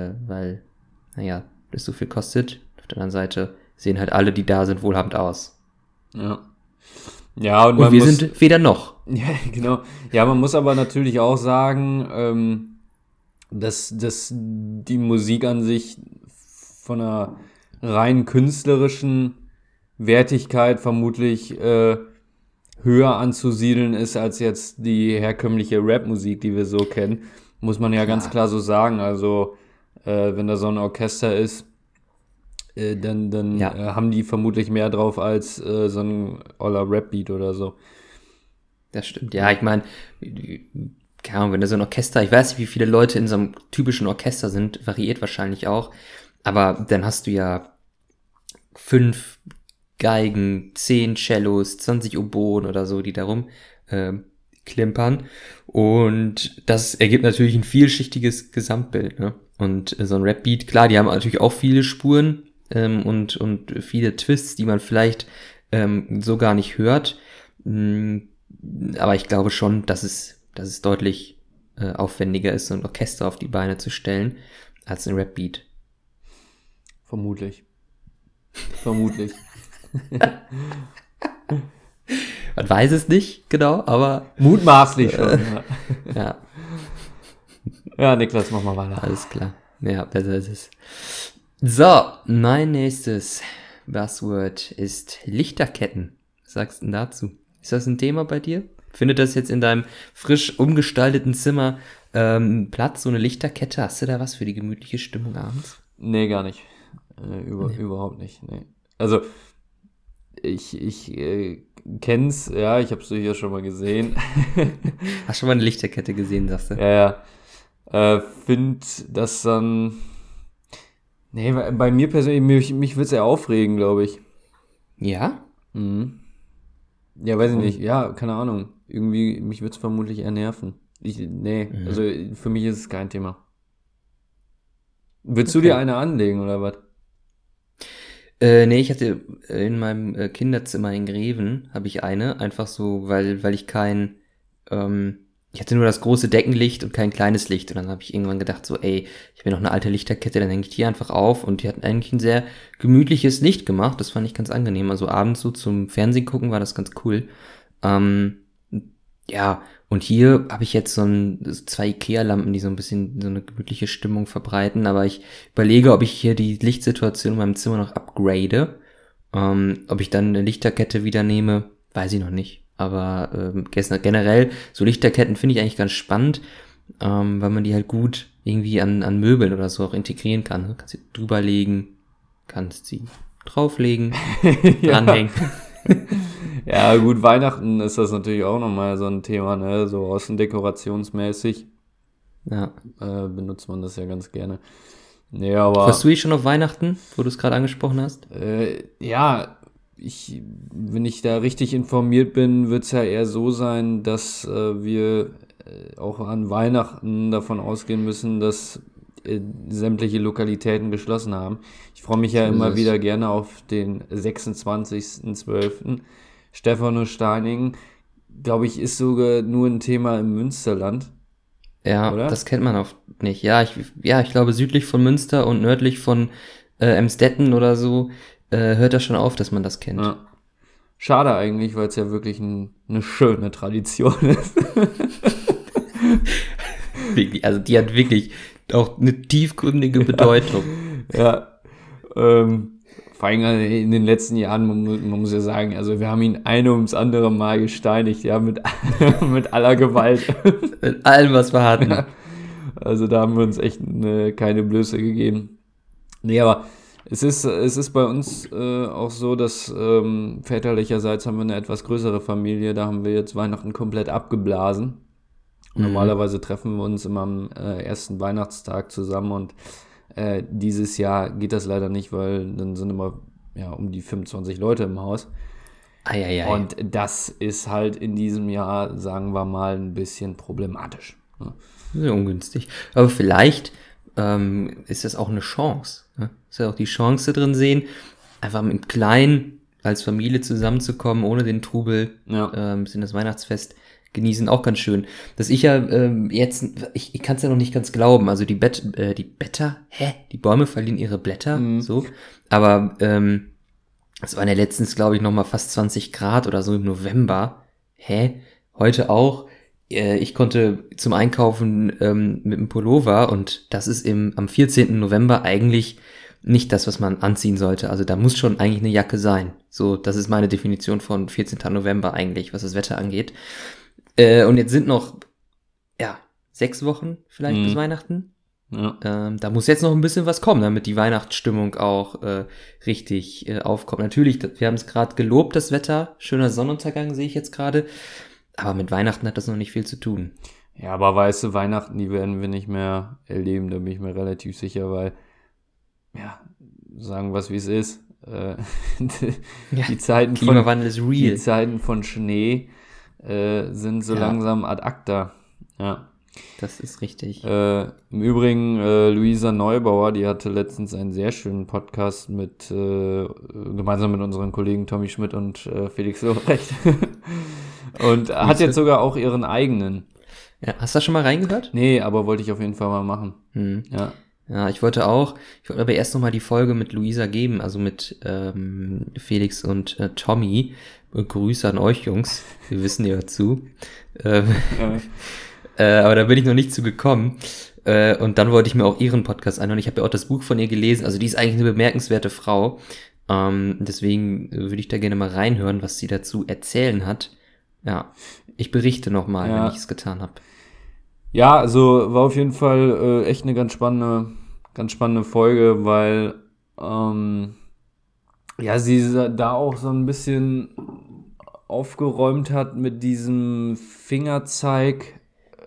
naja, das so viel kostet. Auf der anderen Seite sehen halt alle, die da sind, wohlhabend aus. Ja. Ja, und wir sind weder noch. Ja, genau. Ja, man muss aber natürlich auch sagen, dass die Musik an sich von einer rein künstlerischen Wertigkeit vermutlich höher anzusiedeln ist als jetzt die herkömmliche Rap-Musik, die wir so kennen, muss man ja ganz klar so sagen. Also wenn da so ein Orchester ist, dann haben die vermutlich mehr drauf als so ein oller Rap-Beat oder so. Das stimmt. Ja, ich meine, keine Ahnung, wenn da so ein Orchester, ich weiß nicht, wie viele Leute in so einem typischen Orchester sind, variiert wahrscheinlich auch, aber dann hast du ja 5 Geigen, 10 Cellos, 20 Oboen oder so, die darum klimpern. Und das ergibt natürlich ein vielschichtiges Gesamtbild, ne? Und so ein Rap-Beat, klar, die haben natürlich auch viele Spuren und viele Twists, die man vielleicht so gar nicht hört. Aber ich glaube schon, dass es deutlich aufwendiger ist, so ein Orchester auf die Beine zu stellen, als ein Rap-Beat. Vermutlich. Man weiß es nicht, genau, aber mutmaßlich schon. Ja. Ja, Niklas, mach mal weiter. Alles klar. Ja, besser ist es. So, mein nächstes Buzzword ist Lichterketten. Was sagst du denn dazu? Ist das ein Thema bei dir? Findet das jetzt in deinem frisch umgestalteten Zimmer Platz, so eine Lichterkette? Hast du da was für die gemütliche Stimmung abends? Nee, gar nicht. Überhaupt nicht. Nee. Also, ich kenn's, ja, ich hab's hier schon mal gesehen. Hast schon mal eine Lichterkette gesehen, sagst du? Ja. Find das dann. Nee, bei mir persönlich, mich wird's ja aufregen, glaube ich. Ja? Mhm. Ja, weiß ich nicht. Ja, keine Ahnung. Irgendwie, mich würde es vermutlich eher nerven. Also für mich ist es kein Thema. Willst du dir eine anlegen oder was? Nee, ich hatte in meinem Kinderzimmer in Greven, habe ich eine, einfach so, weil ich ich hatte nur das große Deckenlicht und kein kleines Licht. Und dann habe ich irgendwann gedacht, so, ey, ich habe noch eine alte Lichterkette, dann hänge ich die einfach auf. Und die hat eigentlich ein sehr gemütliches Licht gemacht. Das fand ich ganz angenehm. Also abends so zum Fernsehen gucken war das ganz cool. Ähm, ja, und hier habe ich jetzt zwei Ikea-Lampen, die so ein bisschen so eine gemütliche Stimmung verbreiten. Aber ich überlege, ob ich hier die Lichtsituation in meinem Zimmer noch upgrade. Ob ich dann eine Lichterkette wieder nehme, weiß ich noch nicht. Aber generell, so Lichterketten finde ich eigentlich ganz spannend, weil man die halt gut irgendwie an Möbeln oder so auch integrieren kann. Du kannst sie drüberlegen, kannst sie drauflegen, dranhängen. Ja, gut, Weihnachten ist das natürlich auch nochmal so ein Thema, ne? So außendekorationsmäßig benutzt man das ja ganz gerne. Nee, aber Freust du dich schon auf Weihnachten, wo du es gerade angesprochen hast? ja, wenn ich da richtig informiert bin, wird es ja eher so sein, dass wir auch an Weihnachten davon ausgehen müssen, dass sämtliche Lokalitäten geschlossen haben. Ich freue mich ja immer wieder gerne auf den 26.12. Stephanus Steiningen, glaube ich, ist sogar nur ein Thema im Münsterland. Ja, oder? Das kennt man oft nicht. Ja, ich glaube, südlich von Münster und nördlich von Emstetten oder so hört das schon auf, dass man das kennt. Ja. Schade eigentlich, weil es ja wirklich eine schöne Tradition ist. Also die hat wirklich auch eine tiefgründige Bedeutung. Ja, vor allem in den letzten Jahren, man muss ja sagen, also wir haben ihn ein ums andere Mal gesteinigt, ja, mit aller Gewalt. Mit allem, was wir hatten. Ja, also da haben wir uns echt keine Blöße gegeben. Nee, aber es ist bei uns auch so, dass väterlicherseits haben wir eine etwas größere Familie, da haben wir jetzt Weihnachten komplett abgeblasen. Normalerweise treffen wir uns immer am ersten Weihnachtstag zusammen und dieses Jahr geht das leider nicht, weil dann sind immer um die 25 Leute im Haus. Und das ist halt in diesem Jahr, sagen wir mal, ein bisschen problematisch. Ne? Sehr ungünstig. Aber vielleicht ist das auch eine Chance. Ne? Ist ja auch die Chance drin sehen, einfach mit Kleinen als Familie zusammenzukommen, ohne den Trubel, ein bisschen das Weihnachtsfest genießen, auch ganz schön. Dass ich ja jetzt, ich kann es ja noch nicht ganz glauben, also die Blätter, die Bäume verlieren ihre Blätter, so, aber es waren ja letztens, glaube ich, noch mal fast 20 Grad oder so im November, heute auch, ich konnte zum Einkaufen mit dem Pullover und das ist am 14. November eigentlich nicht das, was man anziehen sollte. Also da muss schon eigentlich eine Jacke sein. So, das ist meine Definition von 14. November eigentlich, was das Wetter angeht. Und jetzt sind noch, 6 Wochen vielleicht bis Weihnachten. Ja. Da muss jetzt noch ein bisschen was kommen, damit die Weihnachtsstimmung auch richtig aufkommt. Natürlich, wir haben es gerade gelobt, das Wetter. Schöner Sonnenuntergang sehe ich jetzt gerade. Aber mit Weihnachten hat das noch nicht viel zu tun. Ja, aber weißt du, Weihnachten, die werden wir nicht mehr erleben, da bin ich mir relativ sicher, weil, sagen wir es wie es ist. Die Zeiten Klimawandel ist real. Die Zeiten von Schnee sind so langsam ad acta. Ja. Das ist richtig. Im Übrigen, Luisa Neubauer, die hatte letztens einen sehr schönen Podcast gemeinsam mit unseren Kollegen Tommy Schmidt und Felix Lobrecht. Und hat jetzt sogar auch ihren eigenen. Ja, hast du da schon mal reingehört? Nee, aber wollte ich auf jeden Fall mal machen. Ja, ich wollte aber erst noch mal die Folge mit Luisa geben, also mit Felix und Tommy. Grüße an euch, Jungs. Wir wissen ja zu. Aber da bin ich noch nicht zu gekommen. Und dann wollte ich mir auch ihren Podcast anhören. Ich habe ja auch das Buch von ihr gelesen. Also die ist eigentlich eine bemerkenswerte Frau. Deswegen würde ich da gerne mal reinhören, was sie dazu erzählen hat. Ja, ich berichte nochmal, wenn ich es getan habe. Ja, also war auf jeden Fall echt eine ganz spannende Folge, weil sie da auch so ein bisschen aufgeräumt hat mit diesem Fingerzeig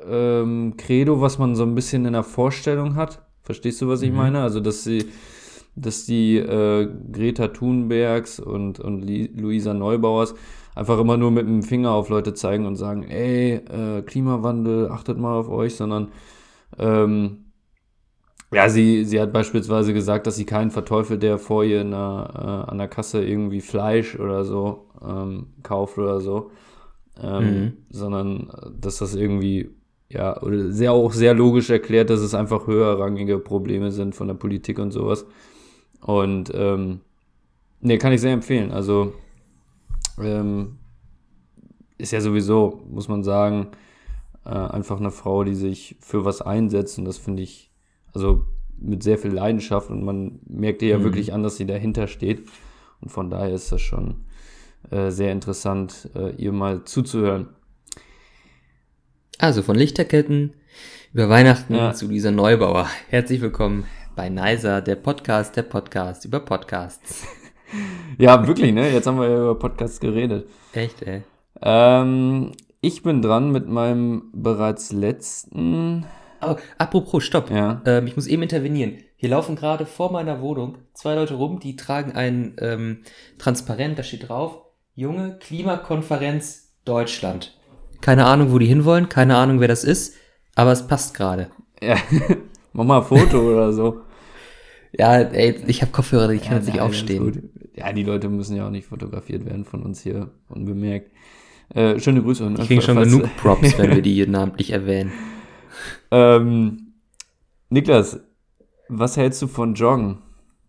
Credo, was man so ein bisschen in der Vorstellung hat. Verstehst du, was ich meine? Also, dass sie dass die Greta Thunbergs und Luisa Neubauers einfach immer nur mit dem Finger auf Leute zeigen und sagen, ey, Klimawandel, achtet mal auf euch, sondern sie hat beispielsweise gesagt, dass sie keinen verteufelt, der vor ihr an der Kasse irgendwie Fleisch oder so kauft oder so, sondern dass das irgendwie oder sehr logisch erklärt, dass es einfach höherrangige Probleme sind von der Politik und sowas. Und kann ich sehr empfehlen. Also ist ja sowieso, muss man sagen, einfach eine Frau, die sich für was einsetzt, und das finde ich, also mit sehr viel Leidenschaft, und man merkt ihr ja wirklich an, dass sie dahinter steht, und von daher ist das schon sehr interessant, ihr mal zuzuhören. Also von Lichterketten über Weihnachten zu Luisa Neubauer. Herzlich willkommen bei Nicer, der Podcast über Podcasts. Ja, wirklich, ne? Jetzt haben wir ja über Podcasts geredet. Echt, ey? Ich bin dran mit meinem bereits letzten... Oh, apropos, stopp. Ja. Ich muss eben intervenieren. Hier laufen gerade vor meiner Wohnung 2 Leute rum, die tragen ein Transparent, da steht drauf, Junge Klimakonferenz Deutschland. Keine Ahnung, wo die hinwollen, keine Ahnung, wer das ist, aber es passt gerade. Ja, mach mal ein Foto oder so. Ja, ey, ich habe Kopfhörer, die können jetzt nicht aufstehen. Ja, die Leute müssen ja auch nicht fotografiert werden von uns hier unbemerkt. Schöne Grüße. Die kriegen schon genug Props, wenn wir die hier namentlich erwähnen. Niklas, was hältst du von Joggen?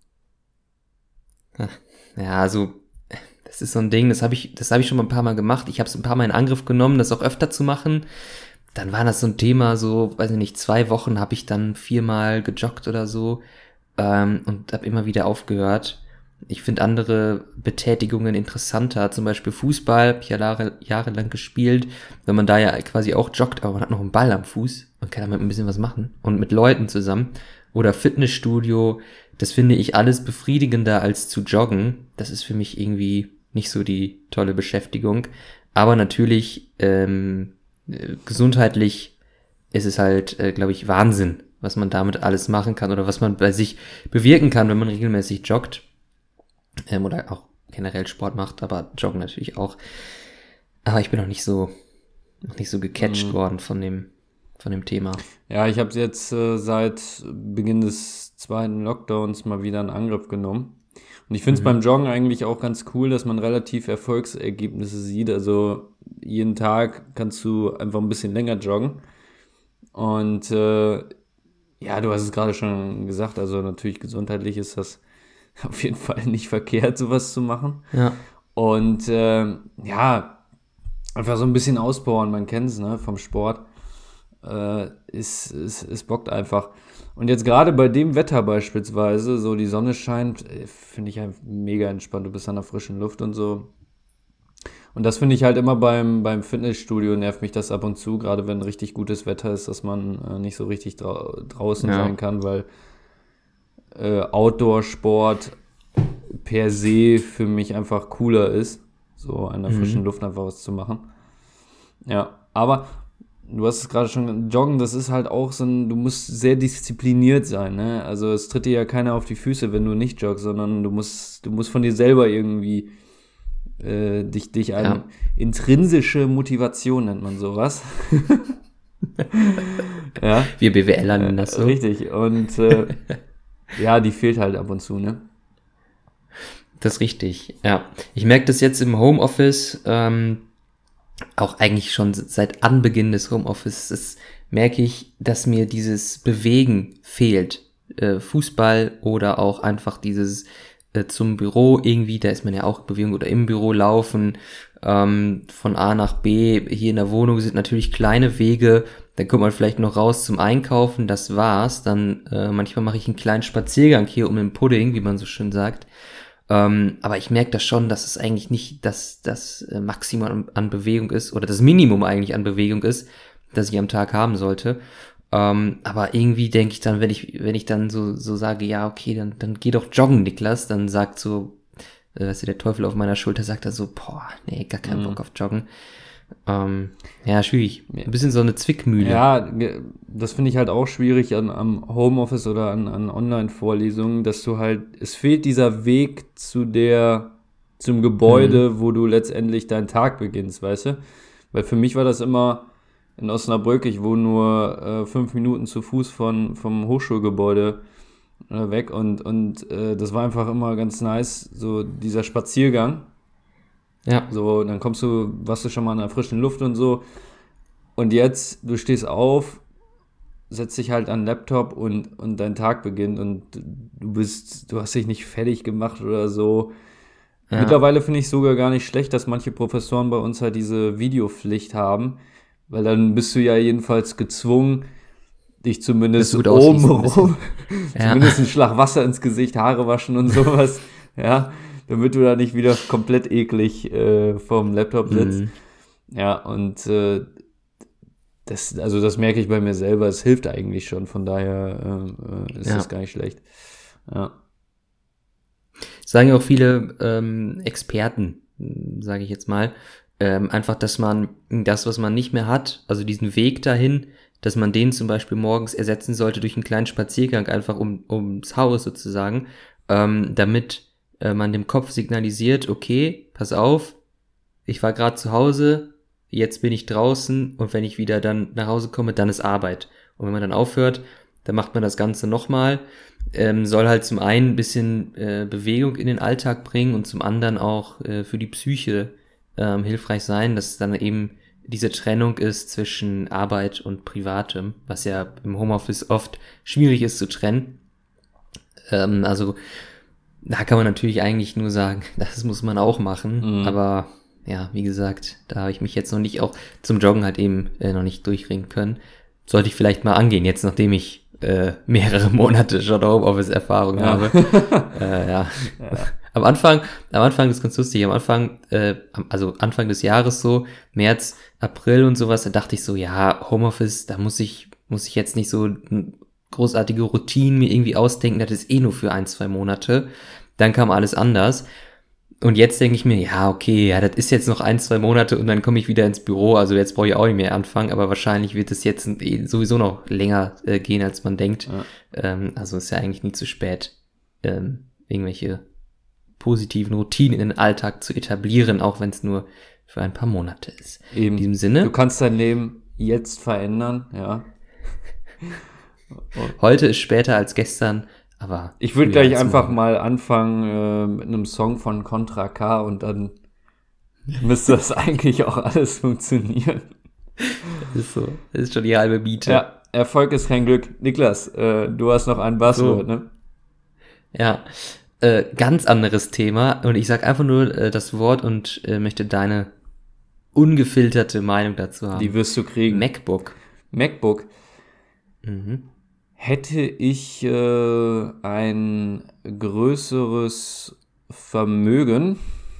Ja, also das ist so ein Ding, das habe ich schon mal ein paar Mal gemacht. Ich habe es ein paar Mal in Angriff genommen, das auch öfter zu machen. Dann war das so ein Thema, so, weiß ich nicht, 2 Wochen habe ich dann 4-mal gejoggt oder so und habe immer wieder aufgehört. Ich finde andere Betätigungen interessanter, zum Beispiel Fußball, habe ich ja jahrelang gespielt, wenn man da ja quasi auch joggt, aber man hat noch einen Ball am Fuß und kann damit ein bisschen was machen und mit Leuten zusammen. Oder Fitnessstudio, das finde ich alles befriedigender als zu joggen. Das ist für mich irgendwie nicht so die tolle Beschäftigung. Aber natürlich, gesundheitlich ist es halt, glaube ich, Wahnsinn, was man damit alles machen kann oder was man bei sich bewirken kann, wenn man regelmäßig joggt. Oder auch generell Sport macht, aber Joggen natürlich auch. Aber ich bin noch nicht so gecatcht worden von dem Thema. Ja, ich habe es jetzt seit Beginn des 2. Lockdowns mal wieder in Angriff genommen. Und ich finde es beim Joggen eigentlich auch ganz cool, dass man relativ Erfolgsergebnisse sieht. Also jeden Tag kannst du einfach ein bisschen länger joggen. Und du hast es gerade schon gesagt, also natürlich gesundheitlich ist das auf jeden Fall nicht verkehrt, sowas zu machen. Ja. Und einfach so ein bisschen auspowern, man kennt es, ne, vom Sport. Es bockt einfach. Und jetzt gerade bei dem Wetter beispielsweise, so die Sonne scheint, finde ich einfach mega entspannt. Du bist an der frischen Luft und so. Und das finde ich halt immer beim Fitnessstudio, nervt mich das ab und zu, gerade wenn richtig gutes Wetter ist, dass man nicht so richtig draußen sein kann, weil Outdoor-Sport per se für mich einfach cooler ist, so an der frischen Luft einfach was zu machen. Ja, aber du hast es gerade schon, Joggen, das ist halt auch so du musst sehr diszipliniert sein, ne? Also es tritt dir ja keiner auf die Füße, wenn du nicht joggst, sondern du musst von dir selber irgendwie dich intrinsische Motivation nennt man sowas. Ja. Wir BWLer nennen das so. Richtig, und die fehlt halt ab und zu, ne? Das ist richtig, ja. Ich merke das jetzt im Homeoffice, auch eigentlich schon seit Anbeginn des Homeoffices, merke ich, dass mir dieses Bewegen fehlt. Fußball oder auch einfach dieses zum Büro irgendwie, da ist man ja auch in Bewegung, oder im Büro laufen, von A nach B. Hier in der Wohnung sind natürlich kleine Wege, dann kommt man vielleicht noch raus zum Einkaufen, das war's. Dann manchmal mache ich einen kleinen Spaziergang hier um den Pudding, wie man so schön sagt. Aber ich merke das schon, dass es eigentlich nicht das Maximum an Bewegung ist, oder das Minimum eigentlich an Bewegung ist, das ich am Tag haben sollte. Aber irgendwie denke ich dann, wenn ich dann so sage, ja, okay, dann geh doch joggen, Niklas, dann sagt so, der Teufel auf meiner Schulter sagt da so, boah, nee, gar keinen Bock auf Joggen. Ja, schwierig. Ein bisschen so eine Zwickmühle. Ja, das finde ich halt auch schwierig am Homeoffice oder an Online-Vorlesungen, dass du halt, es fehlt dieser Weg zum Gebäude, wo du letztendlich deinen Tag beginnst, weißt du? Weil für mich war das immer in Osnabrück, ich wohne nur 5 Minuten zu Fuß vom Hochschulgebäude weg und das war einfach immer ganz nice, so dieser Spaziergang. Ja. So, dann warst du schon mal in der frischen Luft und so. Und jetzt, du stehst auf, setzt dich halt an den Laptop und dein Tag beginnt und du hast dich nicht fertig gemacht oder so. Ja. Mittlerweile finde ich sogar gar nicht schlecht, dass manche Professoren bei uns halt diese Videopflicht haben, weil dann bist du ja jedenfalls gezwungen, dich zumindest Das gut oben ausschließen, rum, Ja. zumindest einen Schlag Wasser ins Gesicht, Haare waschen und sowas, ja, damit du da nicht wieder komplett eklig vorm Laptop sitzt. Mhm. Ja, und das merke ich bei mir selber, es hilft eigentlich schon, von daher ist Ja. das gar nicht schlecht. Ja. Sagen ja auch viele Experten, sage ich jetzt mal, einfach, dass man das, was man nicht mehr hat, also diesen Weg dahin, dass man den zum Beispiel morgens ersetzen sollte durch einen kleinen Spaziergang, einfach ums Haus sozusagen, damit man dem Kopf signalisiert, okay, pass auf, ich war gerade zu Hause, jetzt bin ich draußen und wenn ich wieder dann nach Hause komme, dann ist Arbeit. Und wenn man dann aufhört, dann macht man das Ganze nochmal. Soll halt zum einen ein bisschen Bewegung in den Alltag bringen und zum anderen auch für die Psyche hilfreich sein, dass dann eben diese Trennung ist zwischen Arbeit und Privatem, was ja im Homeoffice oft schwierig ist zu trennen. Also da kann man natürlich eigentlich nur sagen, das muss man auch machen, aber ja, wie gesagt, da habe ich mich jetzt noch nicht auch zum Joggen halt eben noch nicht durchringen können. Sollte ich vielleicht mal angehen, jetzt nachdem ich mehrere Monate schon Homeoffice-Erfahrung habe. Ja. Am Anfang, das ist ganz lustig, also Anfang des Jahres so, März, April und sowas, da dachte ich so, ja, Homeoffice, da muss ich jetzt nicht so großartige Routinen mir irgendwie ausdenken, das ist eh nur für 1-2 Monate. Dann kam alles anders. Und jetzt denke ich mir, ja, okay, ja, das ist jetzt noch 1-2 Monate und dann komme ich wieder ins Büro, also jetzt brauche ich auch nicht mehr anfangen, aber wahrscheinlich wird es jetzt sowieso noch länger gehen, als man denkt. Ja. Also ist ja eigentlich nie zu spät, irgendwelche positiven Routinen in den Alltag zu etablieren, auch wenn es nur für ein paar Monate ist. Eben. In diesem Sinne. Du kannst dein Leben jetzt verändern, ja. Heute ist später als gestern. Aber ich würde gleich einfach mal anfangen mit einem Song von Contra K und dann müsste das eigentlich auch alles funktionieren. Das ist so. Das ist schon die halbe Miete. Ja, Erfolg ist kein Glück. Niklas, du hast noch ein Buzzword, ne? Ja, ganz anderes Thema und ich sag einfach nur das Wort und möchte deine ungefilterte Meinung dazu haben. Die wirst du kriegen. MacBook. Hätte ich ein größeres Vermögen,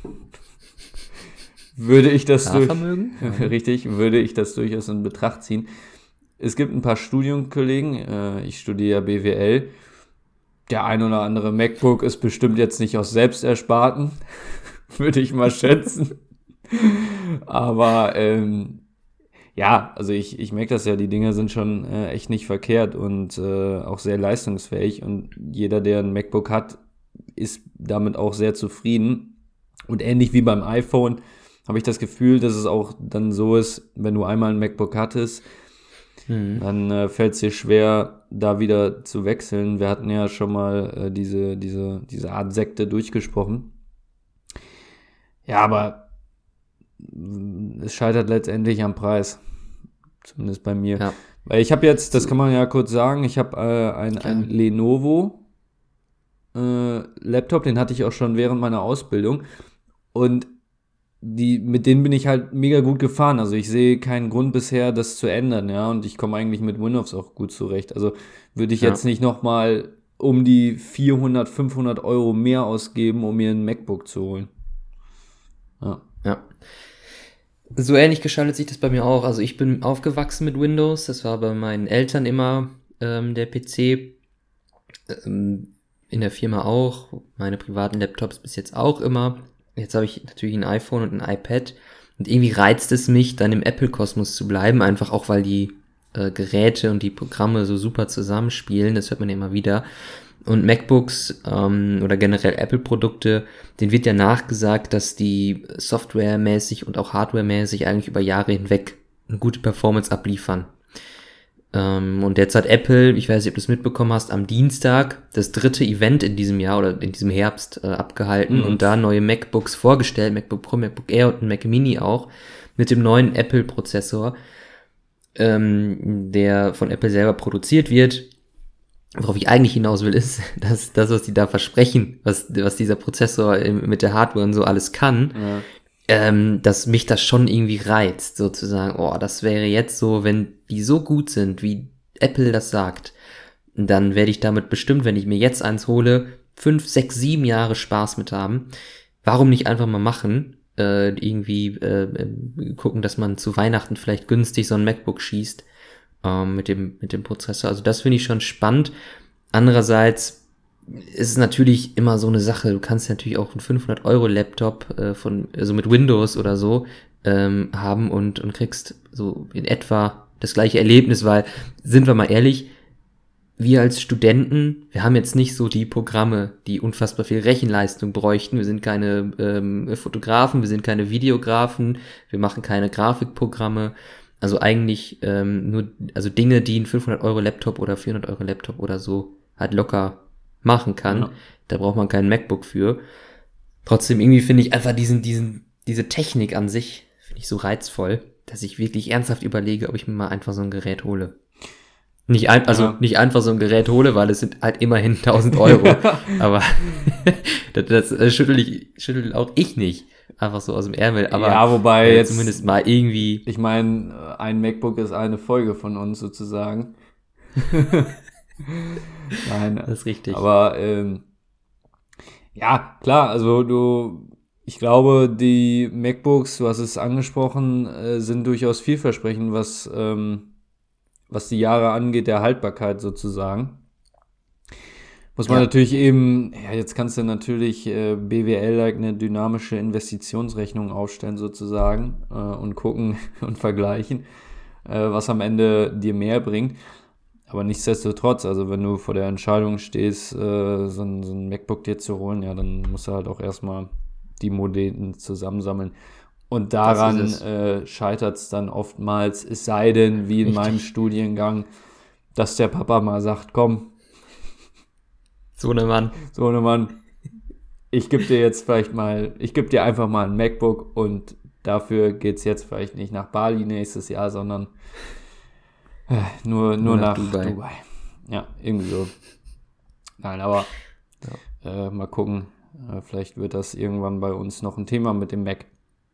würde ich das würde ich das durchaus in Betracht ziehen. Es gibt ein paar Studienkollegen, ich studiere ja BWL, der ein oder andere MacBook ist bestimmt jetzt nicht aus Selbstersparten, würde ich mal schätzen. Aber ja, also ich merke das ja, die Dinger sind schon echt nicht verkehrt und auch sehr leistungsfähig und jeder, der ein MacBook hat, ist damit auch sehr zufrieden. Und ähnlich wie beim iPhone habe ich das Gefühl, dass es auch dann so ist, wenn du einmal ein MacBook hattest, dann fällt es dir schwer, da wieder zu wechseln. Wir hatten ja schon mal diese Art Sekte durchgesprochen. Ja, aber es scheitert letztendlich am Preis. Zumindest bei mir. Ja. Weil ich habe jetzt, das kann man ja kurz sagen, ich habe ein Lenovo Laptop, den hatte ich auch schon während meiner Ausbildung. Und mit denen bin ich halt mega gut gefahren. Also ich sehe keinen Grund bisher, das zu ändern, ja. Und ich komme eigentlich mit Windows auch gut zurecht. Also würde ich jetzt nicht nochmal um die 400, 500 Euro mehr ausgeben, um mir ein MacBook zu holen. Ja. So ähnlich gestaltet sich das bei mir auch. Also ich bin aufgewachsen mit Windows. Das war bei meinen Eltern immer der PC. In der Firma auch. Meine privaten Laptops bis jetzt auch immer. Jetzt habe ich natürlich ein iPhone und ein iPad. Und irgendwie reizt es mich, dann im Apple-Kosmos zu bleiben, einfach auch, weil die Geräte und die Programme so super zusammenspielen, das hört man ja immer wieder. Und MacBooks oder generell Apple-Produkte, denen wird ja nachgesagt, dass die softwaremäßig und auch hardwaremäßig eigentlich über Jahre hinweg eine gute Performance abliefern. Und jetzt hat Apple, ich weiß nicht, ob du es mitbekommen hast, am Dienstag das 3. Event in diesem Jahr oder in diesem Herbst abgehalten und da neue MacBooks vorgestellt, MacBook Pro, MacBook Air und ein Mac Mini auch, mit dem neuen Apple-Prozessor, der von Apple selber produziert wird. Worauf ich eigentlich hinaus will, ist, dass das, was die da versprechen, was dieser Prozessor mit der Hardware und so alles kann, dass mich das schon irgendwie reizt, sozusagen. Oh, das wäre jetzt so, wenn die so gut sind, wie Apple das sagt, dann werde ich damit bestimmt, wenn ich mir jetzt eins hole, 5, 6, 7 Jahre Spaß mit haben. Warum nicht einfach mal machen? Gucken, dass man zu Weihnachten vielleicht günstig so ein MacBook schießt mit dem Prozessor. Also das finde ich schon spannend. Andererseits ist es natürlich immer so eine Sache. Du kannst natürlich auch einen 500-Euro-Laptop also mit Windows oder so haben und kriegst so in etwa das gleiche Erlebnis, weil, sind wir mal ehrlich, wir als Studenten, wir haben jetzt nicht so die Programme, die unfassbar viel Rechenleistung bräuchten. Wir sind keine Fotografen, wir sind keine Videografen, wir machen keine Grafikprogramme. Also eigentlich nur Dinge, die ein 500-Euro-Laptop oder 400-Euro-Laptop oder so halt locker machen kann. Ja. Da braucht man kein MacBook für. Trotzdem irgendwie finde ich einfach diese Technik an sich, finde ich so reizvoll, dass ich wirklich ernsthaft überlege, ob ich mir mal einfach so ein Gerät hole. Nicht einfach so ein Gerät hole, weil es sind halt immerhin 1.000 Euro. Aber das schüttelt auch ich nicht. Einfach so aus dem Ärmel. Aber ja, wobei jetzt zumindest mal irgendwie. Ich meine, ein MacBook ist eine Folge von uns sozusagen. Nein, das ist richtig. Aber ja, klar, also ich glaube, die MacBooks, du hast es angesprochen, sind durchaus vielversprechend, was die Jahre angeht, der Haltbarkeit sozusagen. Muss man natürlich eben, ja, jetzt kannst du natürlich BWL eine dynamische Investitionsrechnung aufstellen sozusagen und gucken und vergleichen, was am Ende dir mehr bringt. Aber nichtsdestotrotz, also wenn du vor der Entscheidung stehst, so ein MacBook dir zu holen, ja, dann musst du halt auch erstmal die Modelle zusammensammeln. Und daran scheitert es dann oftmals, es sei denn, wie in meinem Studiengang, dass der Papa mal sagt, komm, so eine Mann, ich gebe dir einfach mal ein MacBook und dafür geht's jetzt vielleicht nicht nach Bali nächstes Jahr, sondern nur nach Dubai. Ja, irgendwie so. Nein, aber mal gucken, vielleicht wird das irgendwann bei uns noch ein Thema mit dem Mac.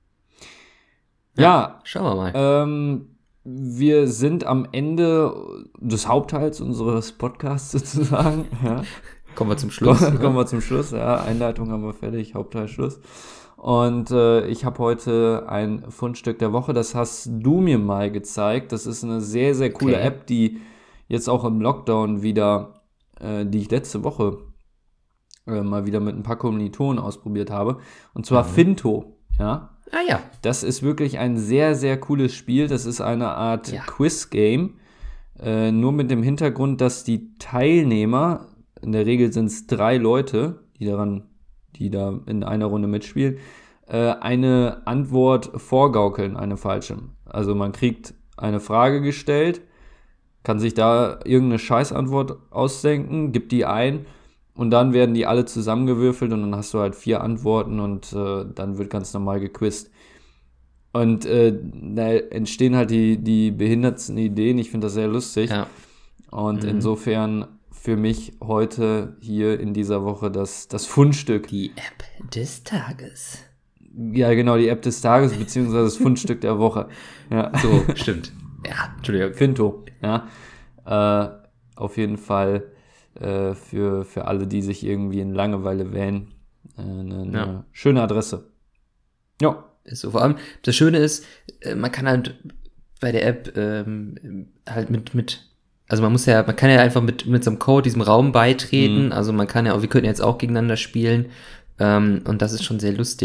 Ja, schauen wir mal. Wir sind am Ende des Hauptteils unseres Podcasts sozusagen. Ja. Kommen wir zum Schluss. Kommen wir zum Schluss, ja. Einleitung haben wir fertig, Hauptteil Schluss. Und ich habe heute ein Fundstück der Woche, das hast du mir mal gezeigt. Das ist eine sehr, sehr coole App, die jetzt auch im Lockdown wieder, die ich letzte Woche mal wieder mit ein paar Kommilitonen ausprobiert habe. Und zwar Finto, ja. Ah ja. Das ist wirklich ein sehr, sehr cooles Spiel. Das ist eine Art Quiz-Game. Nur mit dem Hintergrund, dass die Teilnehmer, in der Regel sind es 3 Leute, die da in einer Runde mitspielen, eine Antwort vorgaukeln, eine falsche. Also man kriegt eine Frage gestellt, kann sich da irgendeine Scheißantwort ausdenken, gibt die ein und dann werden die alle zusammengewürfelt und dann hast du halt 4 Antworten und dann wird ganz normal gequizt. Und da entstehen halt die behindertsten Ideen. Ich finde das sehr lustig. Ja. Und insofern für mich heute hier in dieser Woche das Fundstück. Die App des Tages. Ja, genau, die App des Tages, beziehungsweise das Fundstück der Woche. Ja. So, stimmt. Ja, Entschuldigung. Finto, ja. Auf jeden Fall für alle, die sich irgendwie in Langeweile wählen, eine schöne Adresse. Ja. Ist so. Vor allem, das Schöne ist, man kann halt bei der App halt also man kann ja einfach mit so einem Code diesem Raum beitreten, also wir könnten jetzt auch gegeneinander spielen, und das ist schon sehr lustig.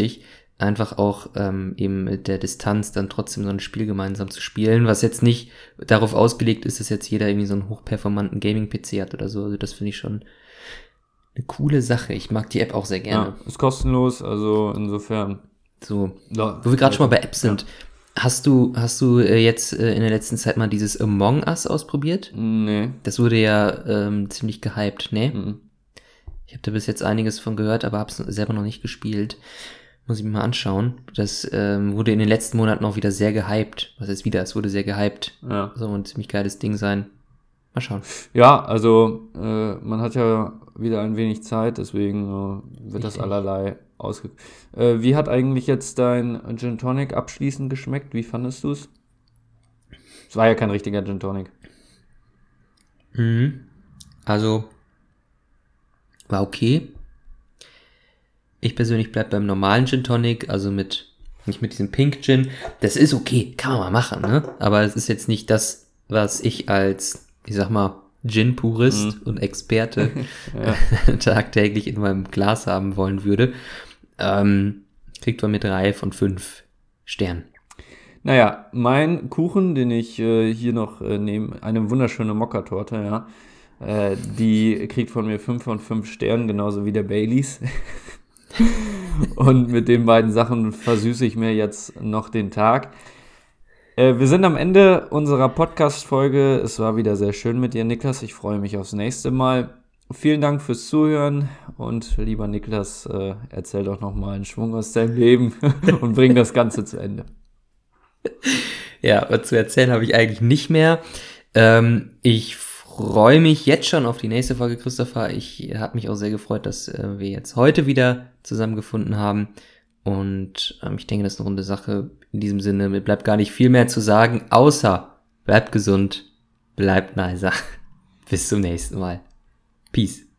einfach auch eben mit der Distanz dann trotzdem so ein Spiel gemeinsam zu spielen, was jetzt nicht darauf ausgelegt ist, dass jetzt jeder irgendwie so einen hochperformanten Gaming-PC hat oder so. Also das finde ich schon eine coole Sache. Ich mag die App auch sehr gerne. Ja, ist kostenlos, also insofern. So, wo wir gerade schon mal bei Apps sind. Hast du jetzt in der letzten Zeit mal dieses Among Us ausprobiert? Nee. Das wurde ja ziemlich gehypt, ne? Mhm. Ich habe da bis jetzt einiges von gehört, aber habe es selber noch nicht gespielt. Muss ich mir mal anschauen. Das wurde in den letzten Monaten auch wieder sehr gehypt. Was heißt wieder? Es wurde sehr gehypt. Ja. Soll ein ziemlich geiles Ding sein. Mal schauen. Ja, also man hat ja wieder ein wenig Zeit, deswegen wird das allerlei ausge... wie hat eigentlich jetzt dein Gin Tonic abschließend geschmeckt? Wie fandest du es? Es war ja kein richtiger Gin Tonic. Also, war okay. Ich persönlich bleib beim normalen Gin Tonic, also nicht mit diesem Pink Gin. Das ist okay, kann man mal machen, ne? Aber es ist jetzt nicht das, was ich als, ich sag mal, Gin-Purist und Experte tagtäglich in meinem Glas haben wollen würde. Kriegt von mir 3 von 5 Sternen. Naja, mein Kuchen, den ich hier noch nehme, eine wunderschöne Mokka-Torte, ja, die kriegt von mir 5 von 5 Sternen, genauso wie der Baileys. Und mit den beiden Sachen versüße ich mir jetzt noch den Tag. Wir sind am Ende unserer Podcast-Folge. Es war wieder sehr schön mit dir, Niklas. Ich freue mich aufs nächste Mal. Vielen Dank fürs Zuhören und lieber Niklas, erzähl doch noch mal einen Schwung aus deinem Leben und bring das Ganze zu Ende. Ja, was zu erzählen habe ich eigentlich nicht mehr. Ich freue mich jetzt schon auf die nächste Folge, Christopher. Ich habe mich auch sehr gefreut, dass wir jetzt heute wieder zusammengefunden haben. Und ich denke, das ist eine runde Sache. In diesem Sinne, mir bleibt gar nicht viel mehr zu sagen, außer bleibt gesund, bleibt nicer. Bis zum nächsten Mal. Peace.